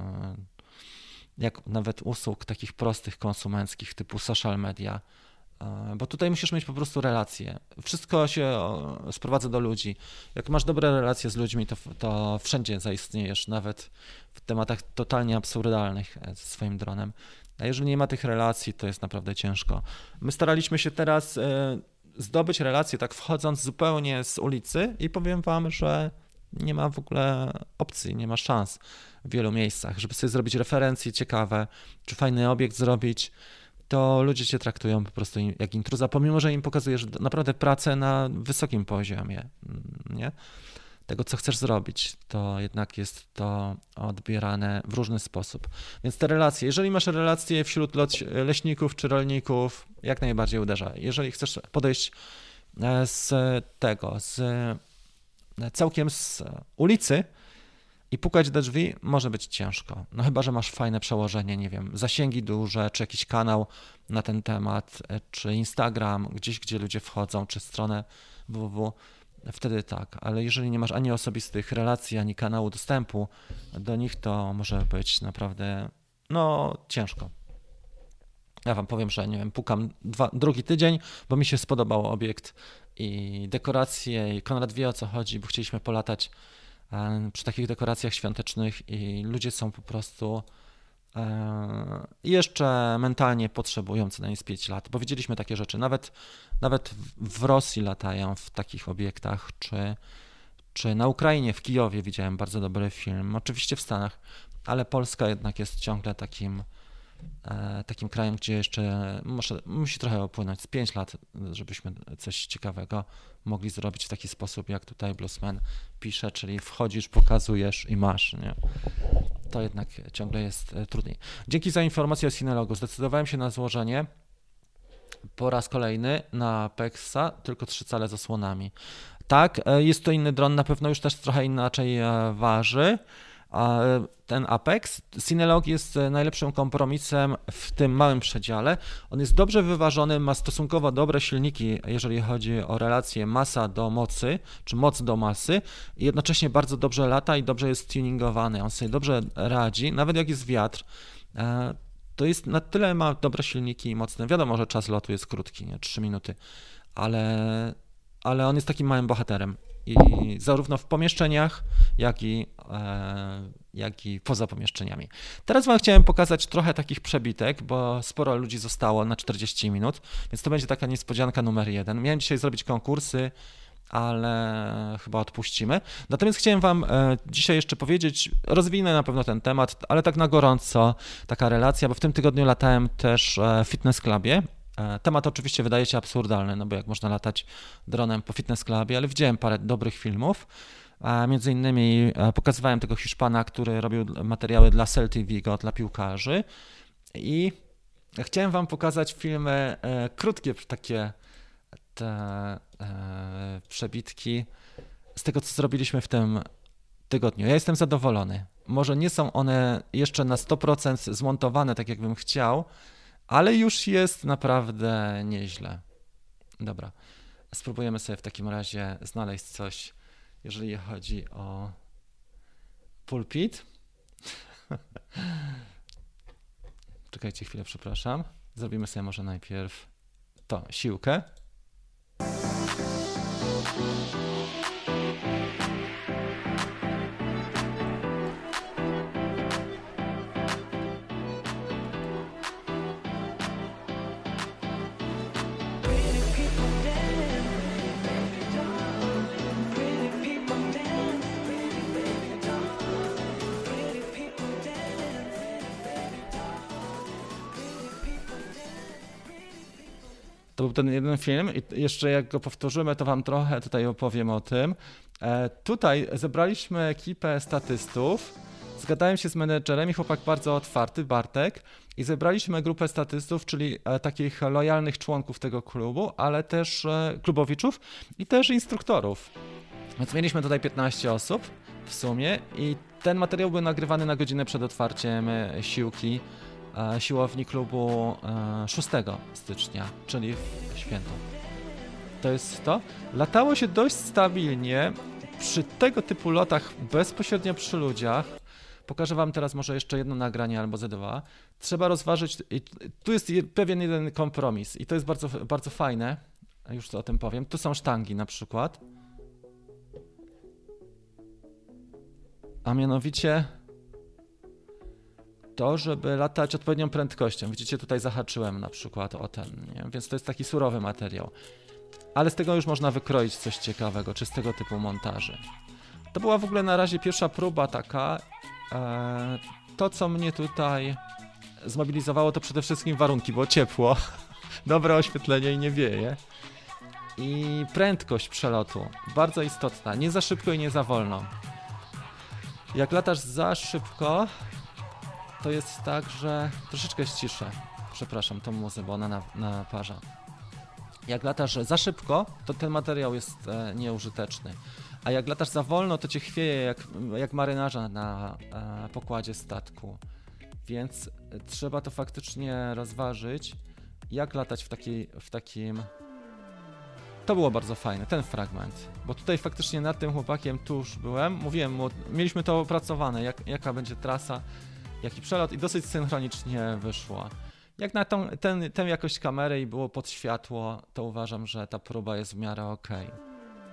jak nawet usług takich prostych konsumenckich typu social media, bo tutaj musisz mieć po prostu relacje. Wszystko się sprowadza do ludzi. Jak masz dobre relacje z ludźmi, to, to wszędzie zaistniejesz, nawet w tematach totalnie absurdalnych ze swoim dronem. A jeżeli nie ma tych relacji, to jest naprawdę ciężko. My staraliśmy się teraz zdobyć relacje, tak wchodząc zupełnie z ulicy i powiem wam, że nie ma w ogóle opcji, nie ma szans w wielu miejscach, żeby sobie zrobić referencje ciekawe, czy fajny obiekt zrobić, to ludzie cię traktują po prostu jak intruza, pomimo że im pokazujesz naprawdę pracę na wysokim poziomie, nie? Tego, co chcesz zrobić, to jednak jest to odbierane w różny sposób. Więc te relacje, jeżeli masz relacje wśród leśników czy rolników, jak najbardziej uderza. Jeżeli chcesz podejść z tego, z całkiem z ulicy i pukać do drzwi, może być ciężko. No chyba, że masz fajne przełożenie, nie wiem, zasięgi duże, czy jakiś kanał na ten temat, czy Instagram, gdzieś, gdzie ludzie wchodzą, czy stronę www. Wtedy tak, ale jeżeli nie masz ani osobistych relacji, ani kanału dostępu do nich, to może być naprawdę, no, ciężko. Ja wam powiem, że nie wiem, pukam dwa, drugi tydzień, bo mi się spodobał obiekt i dekoracje, i Konrad wie, o co chodzi, bo chcieliśmy polatać przy takich dekoracjach świątecznych i ludzie są po prostu jeszcze mentalnie potrzebują co najmniej z pięć lat, bo widzieliśmy takie rzeczy, nawet, nawet w Rosji latają w takich obiektach, czy, czy na Ukrainie, w Kijowie widziałem bardzo dobry film, oczywiście w Stanach, ale Polska jednak jest ciągle takim, takim krajem, gdzie jeszcze muszę, musi trochę upłynąć z pięć lat, żebyśmy coś ciekawego mogli zrobić w taki sposób, jak tutaj Bluesman pisze, czyli wchodzisz, pokazujesz i masz, nie? To jednak ciągle jest trudniej. Dzięki za informację o Cinelogu. Zdecydowałem się na złożenie po raz kolejny na Apexa, tylko trzy cale z osłonami. Tak, jest to inny dron, na pewno już też trochę inaczej waży. Ten Apex, Cinelog jest najlepszym kompromisem w tym małym przedziale. On jest dobrze wyważony, ma stosunkowo dobre silniki, jeżeli chodzi o relację masa do mocy, czy moc do masy, i jednocześnie bardzo dobrze lata i dobrze jest tuningowany. On sobie dobrze radzi, nawet jak jest wiatr. To jest na tyle, ma dobre silniki i mocne. Wiadomo, że czas lotu jest krótki, nie? trzy minuty, ale, ale on jest takim małym bohaterem. I zarówno w pomieszczeniach, jak i, e, jak i poza pomieszczeniami. Teraz wam chciałem pokazać trochę takich przebitek, bo sporo ludzi zostało na czterdzieści minut, więc to będzie taka niespodzianka numer jeden. Miałem dzisiaj zrobić konkursy, ale chyba odpuścimy. Natomiast chciałem wam e, dzisiaj jeszcze powiedzieć, rozwinę na pewno ten temat, ale tak na gorąco, taka relacja, bo w tym tygodniu latałem też w Fitness Clubie. Temat oczywiście wydaje się absurdalny, no bo jak można latać dronem po Fitness Clubie, ale widziałem parę dobrych filmów. Między innymi pokazywałem tego Hiszpana, który robił materiały dla Celtic Vigo, dla piłkarzy, i chciałem wam pokazać filmy krótkie, takie te przebitki z tego, co zrobiliśmy w tym tygodniu. Ja jestem zadowolony. Może nie są one jeszcze na sto procent zmontowane tak, jak bym chciał, ale już jest naprawdę nieźle. Dobra, spróbujemy sobie w takim razie znaleźć coś, jeżeli chodzi o pulpit. Czekajcie chwilę, przepraszam. Zrobimy sobie może najpierw to, siłkę. To był ten jeden film i jeszcze jak go powtórzymy, to wam trochę tutaj opowiem o tym. E, tutaj zebraliśmy ekipę statystów, zgadałem się z menedżerem i chłopak bardzo otwarty, Bartek, i zebraliśmy grupę statystów, czyli e, takich lojalnych członków tego klubu, ale też e, klubowiczów i też instruktorów. Więc mieliśmy tutaj piętnaście osób w sumie i ten materiał był nagrywany na godzinę przed otwarciem e, siłki, siłowni klubu szóstego stycznia, czyli w święto. to jest to. Latało się dość stabilnie przy tego typu lotach bezpośrednio przy ludziach. Pokażę wam teraz może jeszcze jedno nagranie albo ze dwa. Trzeba rozważyć, tu jest pewien jeden kompromis i to jest bardzo, bardzo fajne, już o tym powiem. Tu są sztangi na przykład. A mianowicie to, żeby latać odpowiednią prędkością. Widzicie, tutaj zahaczyłem na przykład o ten, nie? Więc to jest taki surowy materiał. Ale z tego już można wykroić coś ciekawego, czy z tego typu montaży. To była w ogóle na razie pierwsza próba taka. Eee, to, co mnie tutaj zmobilizowało, to przede wszystkim warunki, było ciepło, dobre oświetlenie i nie wieje. I prędkość przelotu, bardzo istotna, nie za szybko i nie za wolno. Jak latasz za szybko, to jest tak, że troszeczkę ściszę. Przepraszam, tą muzę, bo ona naparza. Jak latasz za szybko, to ten materiał jest e, nieużyteczny. A jak latasz za wolno, to cię chwieje jak, jak marynarza na e, pokładzie statku. Więc trzeba to faktycznie rozważyć, jak latać w, takiej, w takim... To było bardzo fajne, ten fragment. Bo tutaj faktycznie nad tym chłopakiem tuż byłem. Mówiłem mu, mieliśmy to opracowane, jak, jaka będzie trasa, jaki przelot i dosyć synchronicznie wyszło. Jak na tą, ten, tę jakość kamery i było pod światło, to uważam, że ta próba jest w miarę okej. Okay.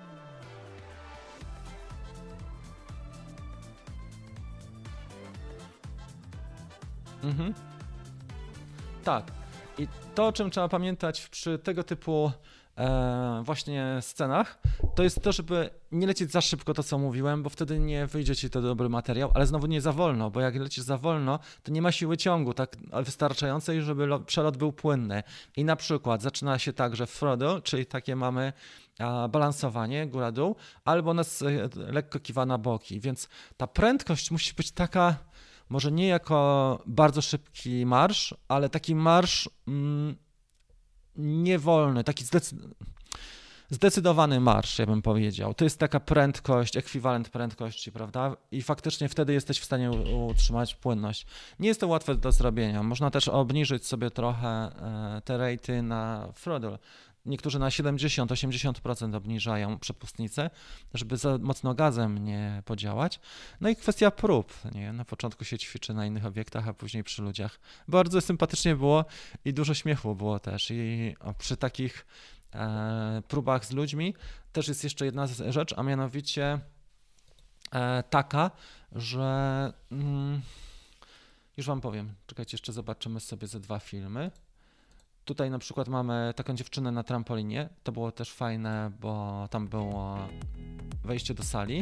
Mhm. Tak. I to, o czym trzeba pamiętać przy tego typu e, właśnie scenach, to jest to, żeby nie lecieć za szybko, to co mówiłem, bo wtedy nie wyjdzie ci to dobry materiał, ale znowu nie za wolno, bo jak lecisz za wolno, to nie ma siły ciągu tak wystarczającej, żeby lo, przelot był płynny. I na przykład zaczyna się tak, że throttle, czyli takie mamy a, balansowanie góra-dół, albo nas e, lekko kiwa na boki, więc ta prędkość musi być taka, może nie jako bardzo szybki marsz, ale taki marsz mm, niewolny, taki zdecyd- zdecydowany marsz, ja bym powiedział. To jest taka prędkość, ekwiwalent prędkości, prawda? I faktycznie wtedy jesteś w stanie utrzymać płynność. Nie jest to łatwe do zrobienia. Można też obniżyć sobie trochę e, te rejty na throttle. Niektórzy na siedemdziesiąt do osiemdziesięciu procent obniżają przepustnicę, żeby za mocno gazem nie podziałać. No i kwestia prób. Nie? Na początku się ćwiczy na innych obiektach, a później przy ludziach. Bardzo sympatycznie było i dużo śmiechu było też. I przy takich e, próbach z ludźmi też jest jeszcze jedna rzecz, a mianowicie e, taka, że mm, już wam powiem, czekajcie, jeszcze zobaczymy sobie ze dwa filmy. Tutaj na przykład mamy taką dziewczynę na trampolinie, to było też fajne, bo tam było wejście do sali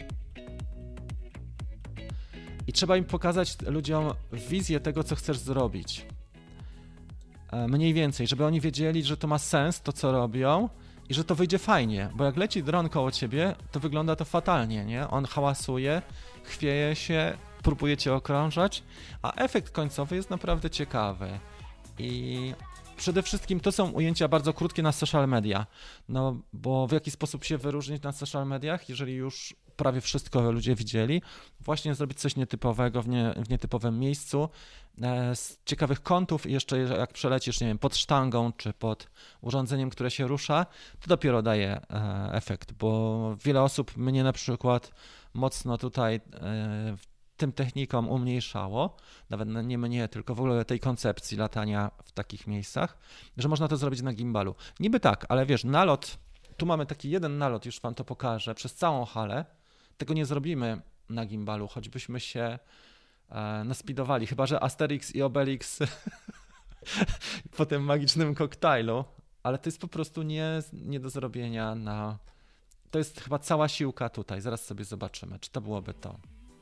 i trzeba im pokazać ludziom wizję tego, co chcesz zrobić. Mniej więcej, żeby oni wiedzieli, że to ma sens, to co robią i że to wyjdzie fajnie, bo jak leci dron koło ciebie, to wygląda to fatalnie, nie? On hałasuje, chwieje się, próbuje cię okrążać, a efekt końcowy jest naprawdę ciekawy. I przede wszystkim to są ujęcia bardzo krótkie na social media, no bo w jaki sposób się wyróżnić na social mediach, jeżeli już prawie wszystko ludzie widzieli, właśnie zrobić coś nietypowego w, nie, w nietypowym miejscu, e, z ciekawych kątów i jeszcze jak przelecisz, nie wiem, pod sztangą czy pod urządzeniem, które się rusza, to dopiero daje e, efekt, bo wiele osób mnie na przykład mocno tutaj e, tym technikom umniejszało, nawet nie mnie, tylko w ogóle tej koncepcji latania w takich miejscach, że można to zrobić na gimbalu. Niby tak, ale wiesz, nalot, tu mamy taki jeden nalot, już wam to pokażę, przez całą halę, tego nie zrobimy na gimbalu, choćbyśmy się e, naspidowali, chyba że Asterix i Obelix po tym magicznym koktajlu, ale to jest po prostu nie, nie do zrobienia na... To jest chyba cała siłka tutaj, zaraz sobie zobaczymy, czy to byłoby to.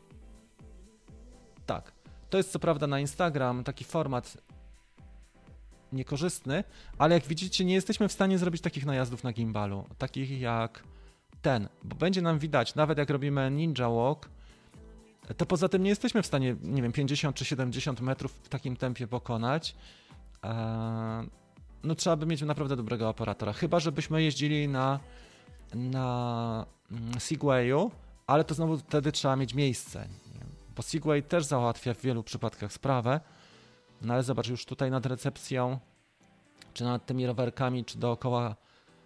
Tak, to jest co prawda na Instagram taki format niekorzystny, ale jak widzicie, nie jesteśmy w stanie zrobić takich najazdów na gimbalu, takich jak ten, bo będzie nam widać, nawet jak robimy ninja walk, to poza tym nie jesteśmy w stanie, nie wiem, pięćdziesiąt czy siedemdziesiąt metrów w takim tempie pokonać. Eee, no trzeba by mieć naprawdę dobrego operatora, chyba żebyśmy jeździli na, na Segwayu, ale to znowu wtedy trzeba mieć miejsce. Bo Segway też załatwia w wielu przypadkach sprawę, no ale zobacz, już tutaj nad recepcją, czy nad tymi rowerkami, czy dookoła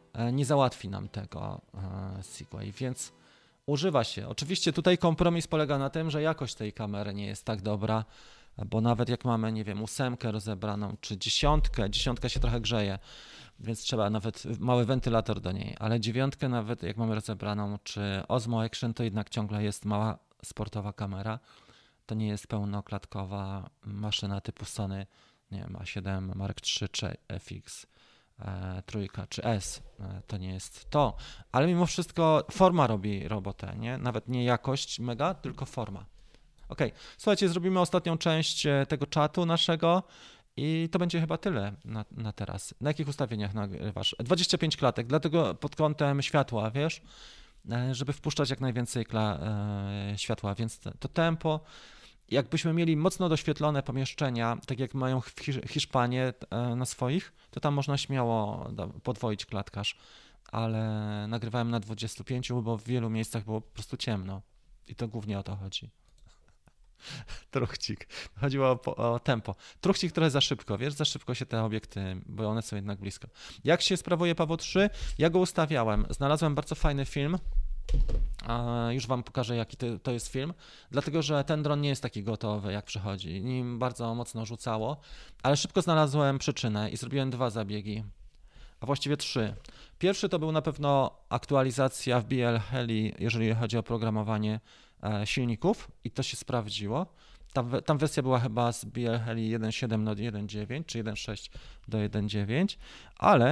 nie załatwi nam tego Segway, więc używa się. Oczywiście tutaj kompromis polega na tym, że jakość tej kamery nie jest tak dobra, bo nawet jak mamy, nie wiem, ósemkę rozebraną, czy dziesiątkę, dziesiątka się trochę grzeje, więc trzeba nawet mały wentylator do niej, ale dziewiątkę nawet jak mamy rozebraną, czy Osmo Action, to jednak ciągle jest mała sportowa kamera. To nie jest pełnoklatkowa maszyna typu Sony, nie wiem, A siedem Mark trzy czy F X e, trójka czy S. E, to nie jest to, ale mimo wszystko forma robi robotę, nie? Nawet nie jakość mega, tylko forma. Ok, słuchajcie, zrobimy ostatnią część tego czatu naszego i to będzie chyba tyle na, na teraz. Na jakich ustawieniach nagrywasz? dwadzieścia pięć klatek, dlatego pod kątem światła, wiesz, żeby wpuszczać jak najwięcej kla, e, światła, więc to tempo, jakbyśmy mieli mocno doświetlone pomieszczenia, tak jak mają w Hiszpanie e, na swoich, to tam można śmiało podwoić klatkarz, ale nagrywałem na dwudziestu pięciu, bo w wielu miejscach było po prostu ciemno i to głównie o to chodzi. Truchcik. Chodziło o, o tempo. Truchcik trochę za szybko, wiesz, za szybko się te obiekty, bo one są jednak blisko. Jak się sprawuje Paweł trzy? Ja go ustawiałem. Znalazłem bardzo fajny film. Już wam pokażę, jaki to, to jest film, dlatego że ten dron nie jest taki gotowy, jak przychodzi. Nim bardzo mocno rzucało, ale szybko znalazłem przyczynę i zrobiłem dwa zabiegi, a właściwie trzy. Pierwszy to był na pewno aktualizacja w B L Heli, jeżeli chodzi o programowanie silników i to się sprawdziło. Tam, tam wersja była chyba z B L Heli jeden siedem do jeden dziewięć czy jeden sześć do jeden dziewięć, ale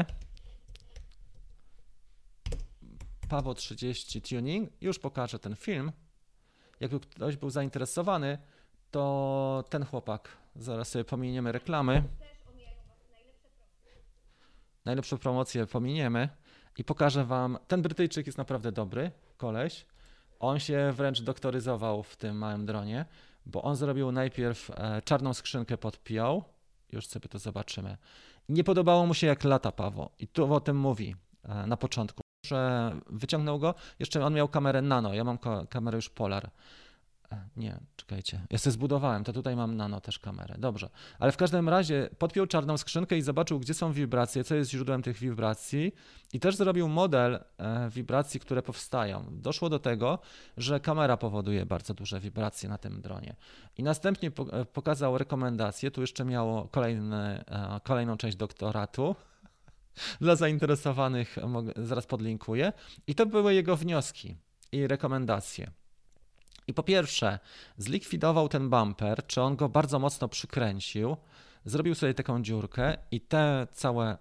Paweł trzydzieści Tuning, już pokażę ten film. Jakby ktoś był zainteresowany, to ten chłopak, zaraz sobie pominiemy reklamy. Najlepsze promocje pominiemy i pokażę wam, ten Brytyjczyk jest naprawdę dobry, koleś. On się wręcz doktoryzował w tym małym dronie, bo on zrobił najpierw czarną skrzynkę pod P O, już sobie to zobaczymy. Nie podobało mu się jak lata Paweł i tu o tym mówi na początku, że wyciągnął go, jeszcze on miał kamerę nano, ja mam kamerę już Polar. Nie, czekajcie, ja sobie zbudowałem, to tutaj mam nano też kamerę, dobrze. Ale w każdym razie podpiął czarną skrzynkę i zobaczył, gdzie są wibracje, co jest źródłem tych wibracji i też zrobił model wibracji, które powstają. Doszło do tego, że kamera powoduje bardzo duże wibracje na tym dronie. I następnie pokazał rekomendacje, tu jeszcze miało kolejny, kolejną część doktoratu. Dla zainteresowanych zaraz podlinkuję. I to były jego wnioski i rekomendacje. I po pierwsze, zlikwidował ten bumper, czy on go bardzo mocno przykręcił, zrobił sobie taką dziurkę i te całe,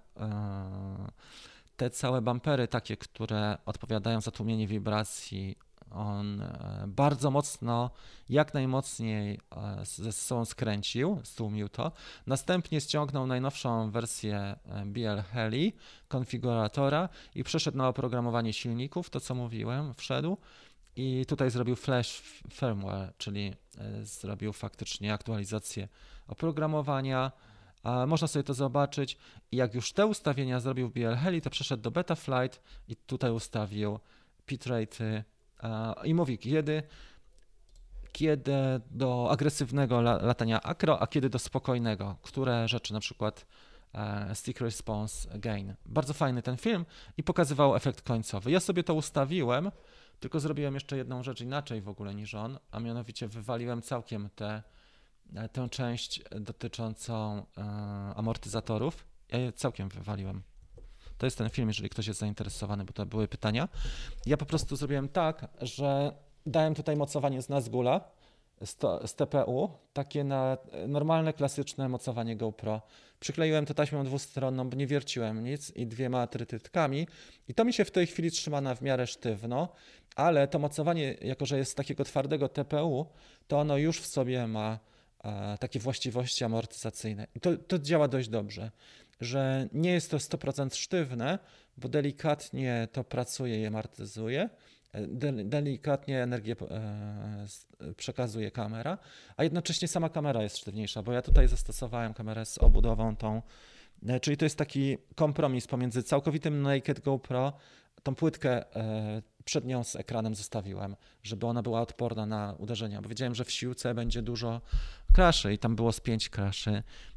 te całe bumpery takie, które odpowiadają za tłumienie wibracji, on bardzo mocno, jak najmocniej ze sobą skręcił, stłumił to. Następnie ściągnął najnowszą wersję B L Heli, konfiguratora i przeszedł na oprogramowanie silników, to co mówiłem, wszedł. I tutaj zrobił flash firmware, czyli zrobił faktycznie aktualizację oprogramowania. Można sobie to zobaczyć. I jak już te ustawienia zrobił w B L Heli, to przeszedł do Betaflight i tutaj ustawił bitrate'y i mówi, kiedy, kiedy do agresywnego latania acro, a kiedy do spokojnego. Które rzeczy, na przykład stick response gain. Bardzo fajny ten film i pokazywał efekt końcowy. Ja sobie to ustawiłem, tylko zrobiłem jeszcze jedną rzecz inaczej w ogóle niż on, a mianowicie wywaliłem całkiem tę tę część dotyczącą e, amortyzatorów. Ja je całkiem wywaliłem. To jest ten film, jeżeli ktoś jest zainteresowany, bo to były pytania. Ja po prostu zrobiłem tak, że dałem tutaj mocowanie z Nazgula, z, to, z T P U, takie na normalne, klasyczne mocowanie GoPro. Przykleiłem to taśmą dwustronną, bo nie wierciłem nic i dwiema trytytkami i to mi się w tej chwili trzyma na w miarę sztywno, ale to mocowanie, jako że jest z takiego twardego T P U, to ono już w sobie ma e, takie właściwości amortyzacyjne. I to, to działa dość dobrze, że nie jest to sto procent sztywne, bo delikatnie to pracuje i amortyzuje, delikatnie energię przekazuje kamera, a jednocześnie sama kamera jest sztywniejsza, bo ja tutaj zastosowałem kamerę z obudową tą, czyli to jest taki kompromis pomiędzy całkowitym Naked GoPro, tą płytkę przed nią z ekranem zostawiłem, żeby ona była odporna na uderzenia, bo wiedziałem, że w siłce będzie dużo kraszy i tam było z pięć kraszy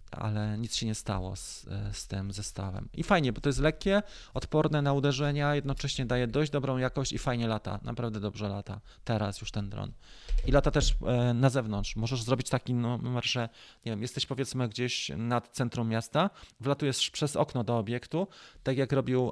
ale nic się nie stało z, z tym zestawem. I fajnie, bo to jest lekkie, odporne na uderzenia, jednocześnie daje dość dobrą jakość i fajnie lata, naprawdę dobrze lata teraz już ten dron. I lata też na zewnątrz. Możesz zrobić taki numer, że nie wiem, jesteś powiedzmy gdzieś nad centrum miasta, wlatujesz przez okno do obiektu, tak jak robił,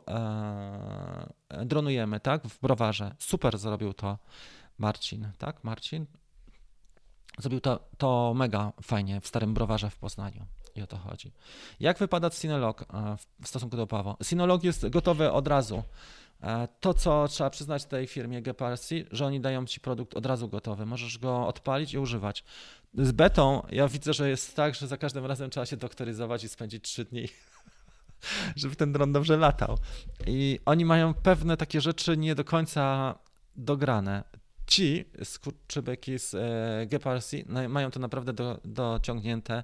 e, dronujemy, tak, w Browarze. Super zrobił to Marcin, tak, Marcin? Zrobił to, to mega fajnie w Starym Browarze w Poznaniu. I o to chodzi. Jak wypada Synolog w stosunku do Pawo? Synolog jest gotowy od razu. To, co trzeba przyznać tej firmie Geparsi, że oni dają ci produkt od razu gotowy. Możesz go odpalić i używać. Z betą ja widzę, że jest tak, że za każdym razem trzeba się doktoryzować i spędzić trzy dni, żeby ten dron dobrze latał. I oni mają pewne takie rzeczy nie do końca dograne. Ci skurczybyki z Geparsi mają to naprawdę do, dociągnięte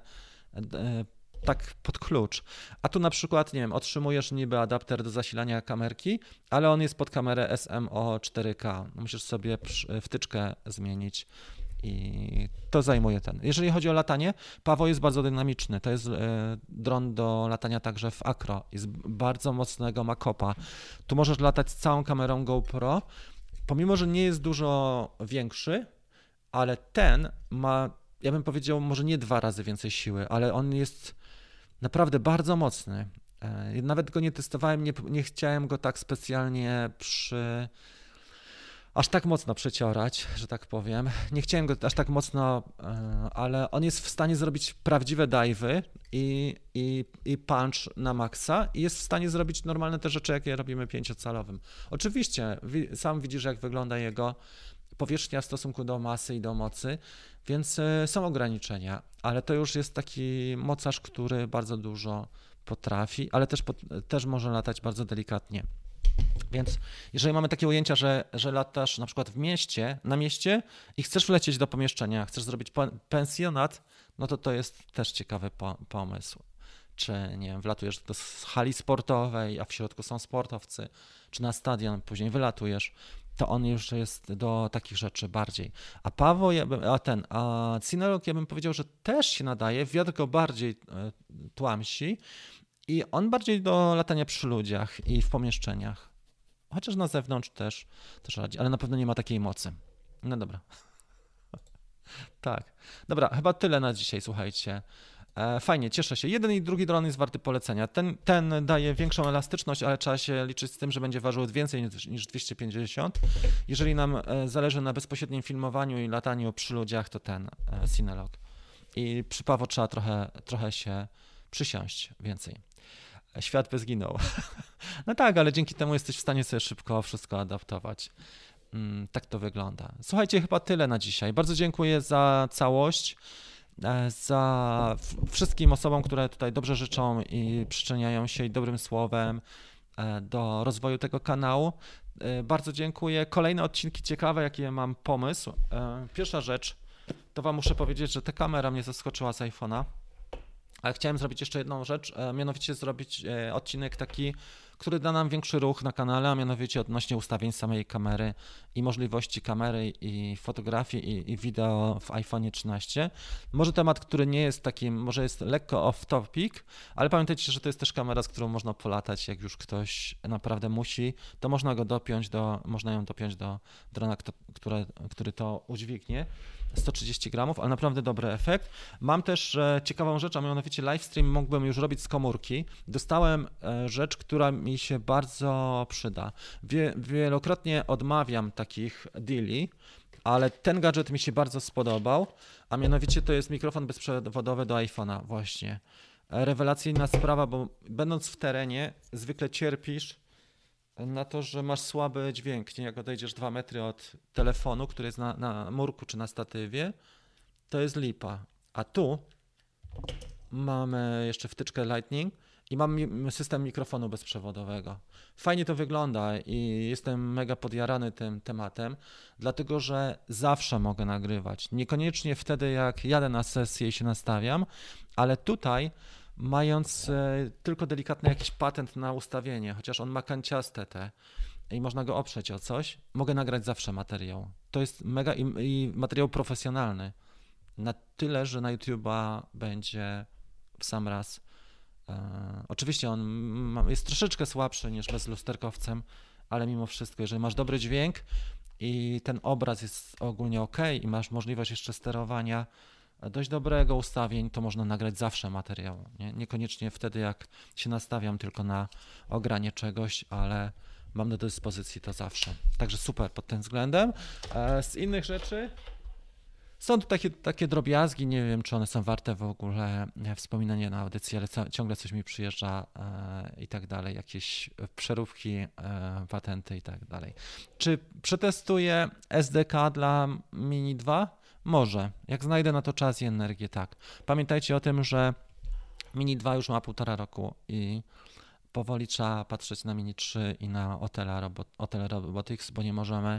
tak pod klucz. A tu na przykład, nie wiem, otrzymujesz niby adapter do zasilania kamerki, ale on jest pod kamerę S M O cztery K. Musisz sobie wtyczkę zmienić i to zajmuje ten. Jeżeli chodzi o latanie, Pawo jest bardzo dynamiczny. To jest dron do latania także w akro. Jest bardzo mocnego makopa. Tu możesz latać z całą kamerą GoPro, pomimo że nie jest dużo większy, ale ten ma, ja bym powiedział, może nie dwa razy więcej siły, ale on jest naprawdę bardzo mocny. Nawet go nie testowałem, nie, nie chciałem go tak specjalnie przy... aż tak mocno przeciorać, że tak powiem. Nie chciałem go aż tak mocno, ale on jest w stanie zrobić prawdziwe dive'y i, i, i punch na maksa i jest w stanie zrobić normalne te rzeczy, jakie robimy pięciocalowym. Oczywiście, sam widzisz, jak wygląda jego powierzchnia w stosunku do masy i do mocy, więc są ograniczenia, ale to już jest taki mocarz, który bardzo dużo potrafi, ale też, też może latać bardzo delikatnie. Więc jeżeli mamy takie ujęcia, że, że latasz na przykład w mieście, na mieście i chcesz wlecieć do pomieszczenia, chcesz zrobić pensjonat, no to to jest też ciekawy po, pomysł. Czy, nie wiem, wlatujesz do hali sportowej, a w środku są sportowcy, czy na stadion, później wylatujesz, to on już jest do takich rzeczy bardziej. A Paweł, a ten, a Synolog, ja bym powiedział, że też się nadaje, wiatr go bardziej tłamsi i on bardziej do latania przy ludziach i w pomieszczeniach. Chociaż na zewnątrz też, też radzi, ale na pewno nie ma takiej mocy. No dobra. Tak. Dobra, chyba tyle na dzisiaj, słuchajcie. Fajnie, cieszę się. Jeden i drugi dron jest warty polecenia. Ten, ten daje większą elastyczność, ale trzeba się liczyć z tym, że będzie ważył więcej niż, niż dwieście pięćdziesiąt. Jeżeli nam zależy na bezpośrednim filmowaniu i lataniu przy ludziach, to ten Synolog. I przy Pawo trzeba trochę, trochę się przysiąść więcej. Świat by zginął. No tak, ale dzięki temu jesteś w stanie sobie szybko wszystko adaptować. Tak to wygląda. Słuchajcie, chyba tyle na dzisiaj. Bardzo dziękuję za całość, za wszystkim osobom, które tutaj dobrze życzą i przyczyniają się i dobrym słowem do rozwoju tego kanału. Bardzo dziękuję. Kolejne odcinki ciekawe, jakie mam pomysł. Pierwsza rzecz, to wam muszę powiedzieć, że ta kamera mnie zaskoczyła z iPhone'a. Ale chciałem zrobić jeszcze jedną rzecz, mianowicie zrobić odcinek taki, który da nam większy ruch na kanale, a mianowicie odnośnie ustawień samej kamery i możliwości kamery i fotografii i, i wideo w iPhone trzynaście. Może temat, który nie jest takim, może jest lekko off topic, ale pamiętajcie, że to jest też kamera, z którą można polatać, jak już ktoś naprawdę musi, to można go dopiąć do, można ją dopiąć do drona, który, który to udźwignie. sto trzydzieści gramów, ale naprawdę dobry efekt. Mam też e, ciekawą rzecz, a mianowicie livestream mógłbym już robić z komórki. Dostałem e, rzecz, która mi się bardzo przyda. Wie, wielokrotnie odmawiam takich deali, ale ten gadżet mi się bardzo spodobał, a mianowicie to jest mikrofon bezprzewodowy do iPhone'a właśnie. Rewelacyjna sprawa, bo będąc w terenie zwykle cierpisz na to, że masz słaby dźwięk, nie? Jak odejdziesz dwa metry od telefonu, który jest na, na murku czy na statywie, to jest lipa. A tu mamy jeszcze wtyczkę Lightning i mam system mikrofonu bezprzewodowego. Fajnie to wygląda i jestem mega podjarany tym tematem, dlatego że zawsze mogę nagrywać. Niekoniecznie wtedy, jak jadę na sesję i się nastawiam, ale tutaj mając e, tylko delikatny jakiś patent na ustawienie, chociaż on ma kanciaste te i można go oprzeć o coś, mogę nagrać zawsze materiał. To jest mega i, i materiał profesjonalny. Na tyle, że na YouTube'a będzie w sam raz. Oczywiście on jest troszeczkę słabszy niż bez lusterkowcem, ale mimo wszystko, jeżeli masz dobry dźwięk i ten obraz jest ogólnie ok i masz możliwość jeszcze sterowania dość dobrego ustawień, to można nagrać zawsze materiał. Nie? Niekoniecznie wtedy, jak się nastawiam tylko na ogranie czegoś, ale mam do dyspozycji to zawsze. Także super pod tym względem. Z innych rzeczy są tu takie, takie drobiazgi, nie wiem, czy one są warte w ogóle wspominania na audycji, ale ca- ciągle coś mi przyjeżdża e, i tak dalej, jakieś przeróbki, e, patenty i tak dalej. Czy przetestuję S D K dla Mini dwa? Może. Jak znajdę na to czas i energię, tak. Pamiętajcie o tym, że Mini dwa już ma półtora roku i powoli trzeba patrzeć na Mini trzy i na Otela Robot, Otel Robotics, bo nie możemy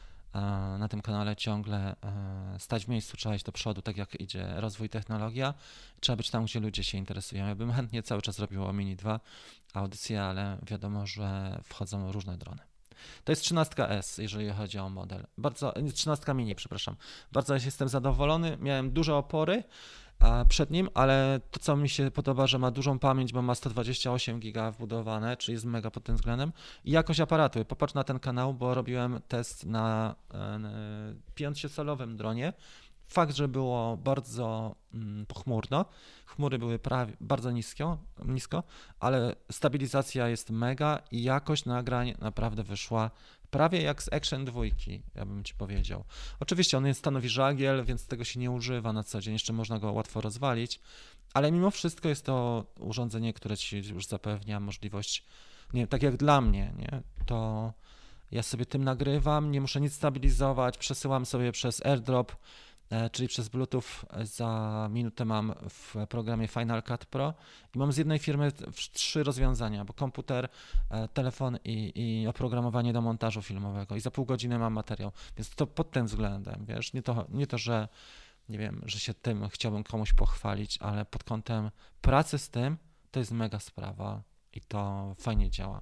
na tym kanale ciągle stać w miejscu, trzeba iść do przodu, tak jak idzie rozwój, technologia. Trzeba być tam, gdzie ludzie się interesują. Ja bym chętnie cały czas robił o Mini dwa audycje, ale wiadomo, że wchodzą różne drony. To jest trzynaście S, jeżeli chodzi o model. Bardzo, trzynaście mini, przepraszam. Bardzo jestem zadowolony. Miałem duże opory przed nim, ale to, co mi się podoba, że ma dużą pamięć, bo ma sto dwadzieścia osiem giga wbudowane, czyli jest mega pod tym względem. I jakość aparatu. Popatrz na ten kanał, bo robiłem test na pięciocalowym dronie. Fakt, że było bardzo mm, pochmurno, chmury były prawie, bardzo nisko, nisko, ale stabilizacja jest mega i jakość nagrań naprawdę wyszła prawie jak z Action dwa, ja bym ci powiedział. Oczywiście on jest, stanowi żagiel, więc tego się nie używa na co dzień, jeszcze można go łatwo rozwalić, ale mimo wszystko jest to urządzenie, które ci już zapewnia możliwość, nie, tak jak dla mnie, nie, to ja sobie tym nagrywam, nie muszę nic stabilizować, przesyłam sobie przez AirDrop, czyli przez Bluetooth za minutę mam w programie Final Cut Pro i mam z jednej firmy trzy rozwiązania, bo komputer, telefon i, i oprogramowanie do montażu filmowego i za pół godziny mam materiał, więc to pod tym względem, wiesz, nie to, nie to, że nie wiem, że się tym chciałbym komuś pochwalić, ale pod kątem pracy z tym to jest mega sprawa i to fajnie działa.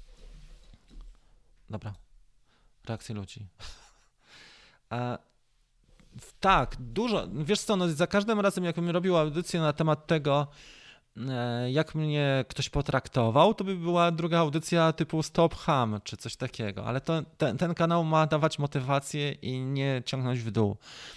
Dobra, reakcje ludzi. Tak, dużo. Wiesz co, no za każdym razem, jakbym robił audycję na temat tego, jak mnie ktoś potraktował, to by była druga audycja typu Stop Ham czy coś takiego, ale to, ten, ten kanał ma dawać motywację i nie ciągnąć w dół.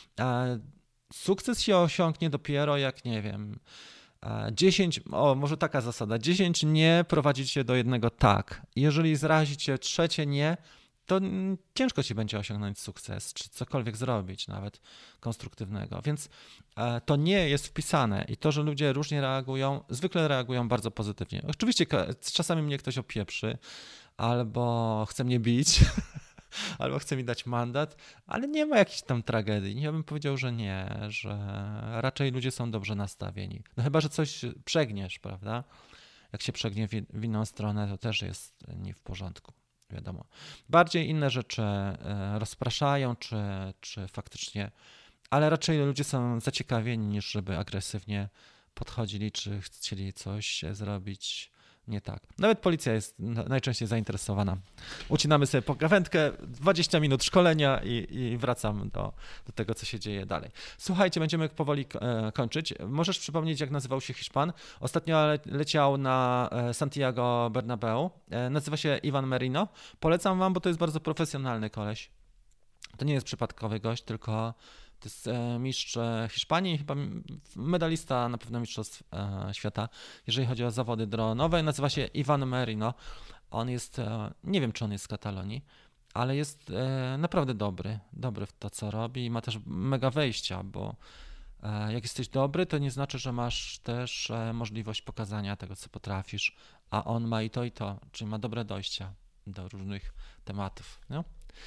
Sukces się osiągnie dopiero jak, nie wiem, dziesięć, o może taka zasada, dziesięć nie prowadzi cię do jednego tak. Jeżeli zrazi cię trzecie nie, to ciężko ci będzie osiągnąć sukces, czy cokolwiek zrobić, nawet konstruktywnego. Więc to nie jest wpisane i to, że ludzie różnie reagują, zwykle reagują bardzo pozytywnie. Oczywiście czasami mnie ktoś opieprzy, albo chce mnie bić, albo chce mi dać mandat, ale nie ma jakiejś tam tragedii. Ja bym powiedział, że nie, że raczej ludzie są dobrze nastawieni. No chyba, że coś przegniesz, prawda? Jak się przegnie w inną stronę, to też jest nie w porządku. Wiadomo. Bardziej inne rzeczy rozpraszają, czy, czy faktycznie, ale raczej ludzie są zaciekawieni, niż żeby agresywnie podchodzili, czy chcieli coś zrobić nie tak. Nawet policja jest najczęściej zainteresowana. Ucinamy sobie pogawędkę, dwadzieścia minut szkolenia i, i wracam do, do tego, co się dzieje dalej. Słuchajcie, będziemy powoli kończyć. Możesz przypomnieć, jak nazywał się Hiszpan? Ostatnio le, leciał na Santiago Bernabeu. Nazywa się Ivan Merino. Polecam wam, bo to jest bardzo profesjonalny koleś. To nie jest przypadkowy gość, tylko to jest mistrz Hiszpanii, chyba medalista na pewno mistrzostw świata, jeżeli chodzi o zawody dronowe. Nazywa się Ivan Merino. On jest, nie wiem, czy on jest z Katalonii, ale jest naprawdę dobry, dobry w to, co robi i ma też mega wejścia, bo jak jesteś dobry, to nie znaczy, że masz też możliwość pokazania tego, co potrafisz, a on ma i to, i to, czyli ma dobre dojścia do różnych tematów. No?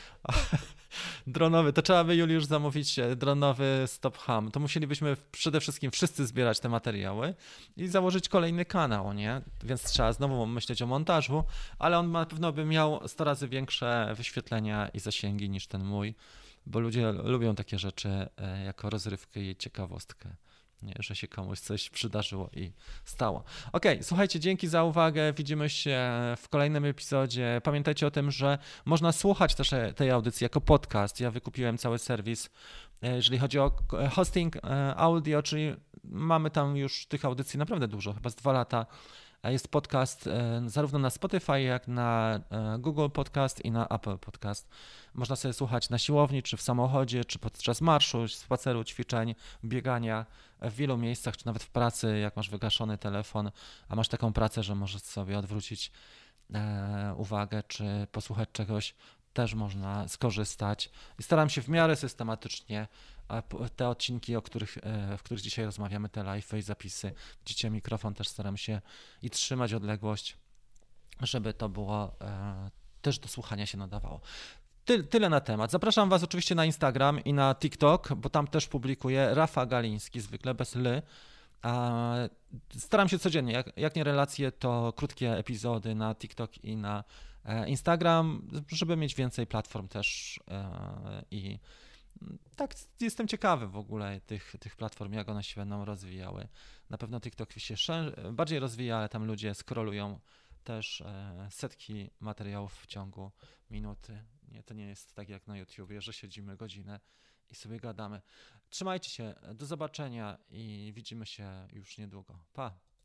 Dronowy, to trzeba by Juliusz zamówić dronowy Stop Ham. To musielibyśmy przede wszystkim wszyscy zbierać te materiały i założyć kolejny kanał, nie? Więc trzeba znowu myśleć o montażu, ale on na pewno by miał sto razy większe wyświetlenia i zasięgi niż ten mój, bo ludzie lubią takie rzeczy jako rozrywkę i ciekawostkę. Nie, że się komuś coś przydarzyło i stało. Okej, okay, słuchajcie, dzięki za uwagę. Widzimy się w kolejnym epizodzie. Pamiętajcie o tym, że można słuchać też tej audycji jako podcast. Ja wykupiłem cały serwis, jeżeli chodzi o hosting audio, czyli mamy tam już tych audycji naprawdę dużo, chyba z dwa lata. Jest podcast zarówno na Spotify, jak na Google Podcast i na Apple Podcast. Można sobie słuchać na siłowni, czy w samochodzie, czy podczas marszu, spaceru, ćwiczeń, biegania w wielu miejscach, czy nawet w pracy, jak masz wygaszony telefon, a masz taką pracę, że możesz sobie odwrócić uwagę, czy posłuchać czegoś, też można skorzystać. I staram się w miarę systematycznie te odcinki, o których, w których dzisiaj rozmawiamy, te live'y i zapisy, widzicie, mikrofon też staram się i trzymać odległość, żeby to było też do słuchania się nadawało. Ty, tyle na temat. Zapraszam Was oczywiście na Instagram i na TikTok, bo tam też publikuję Rafa Galiński, zwykle bez ly. Staram się codziennie, jak, jak nie relacje, to krótkie epizody na TikTok i na Instagram, żeby mieć więcej platform też i tak jestem ciekawy w ogóle tych, tych platform, jak one się będą rozwijały. Na pewno TikTok się bardziej rozwija, ale tam ludzie scrollują też setki materiałów w ciągu minuty. Nie, to nie jest tak jak na YouTubie, że siedzimy godzinę i sobie gadamy. Trzymajcie się, do zobaczenia i widzimy się już niedługo. Pa!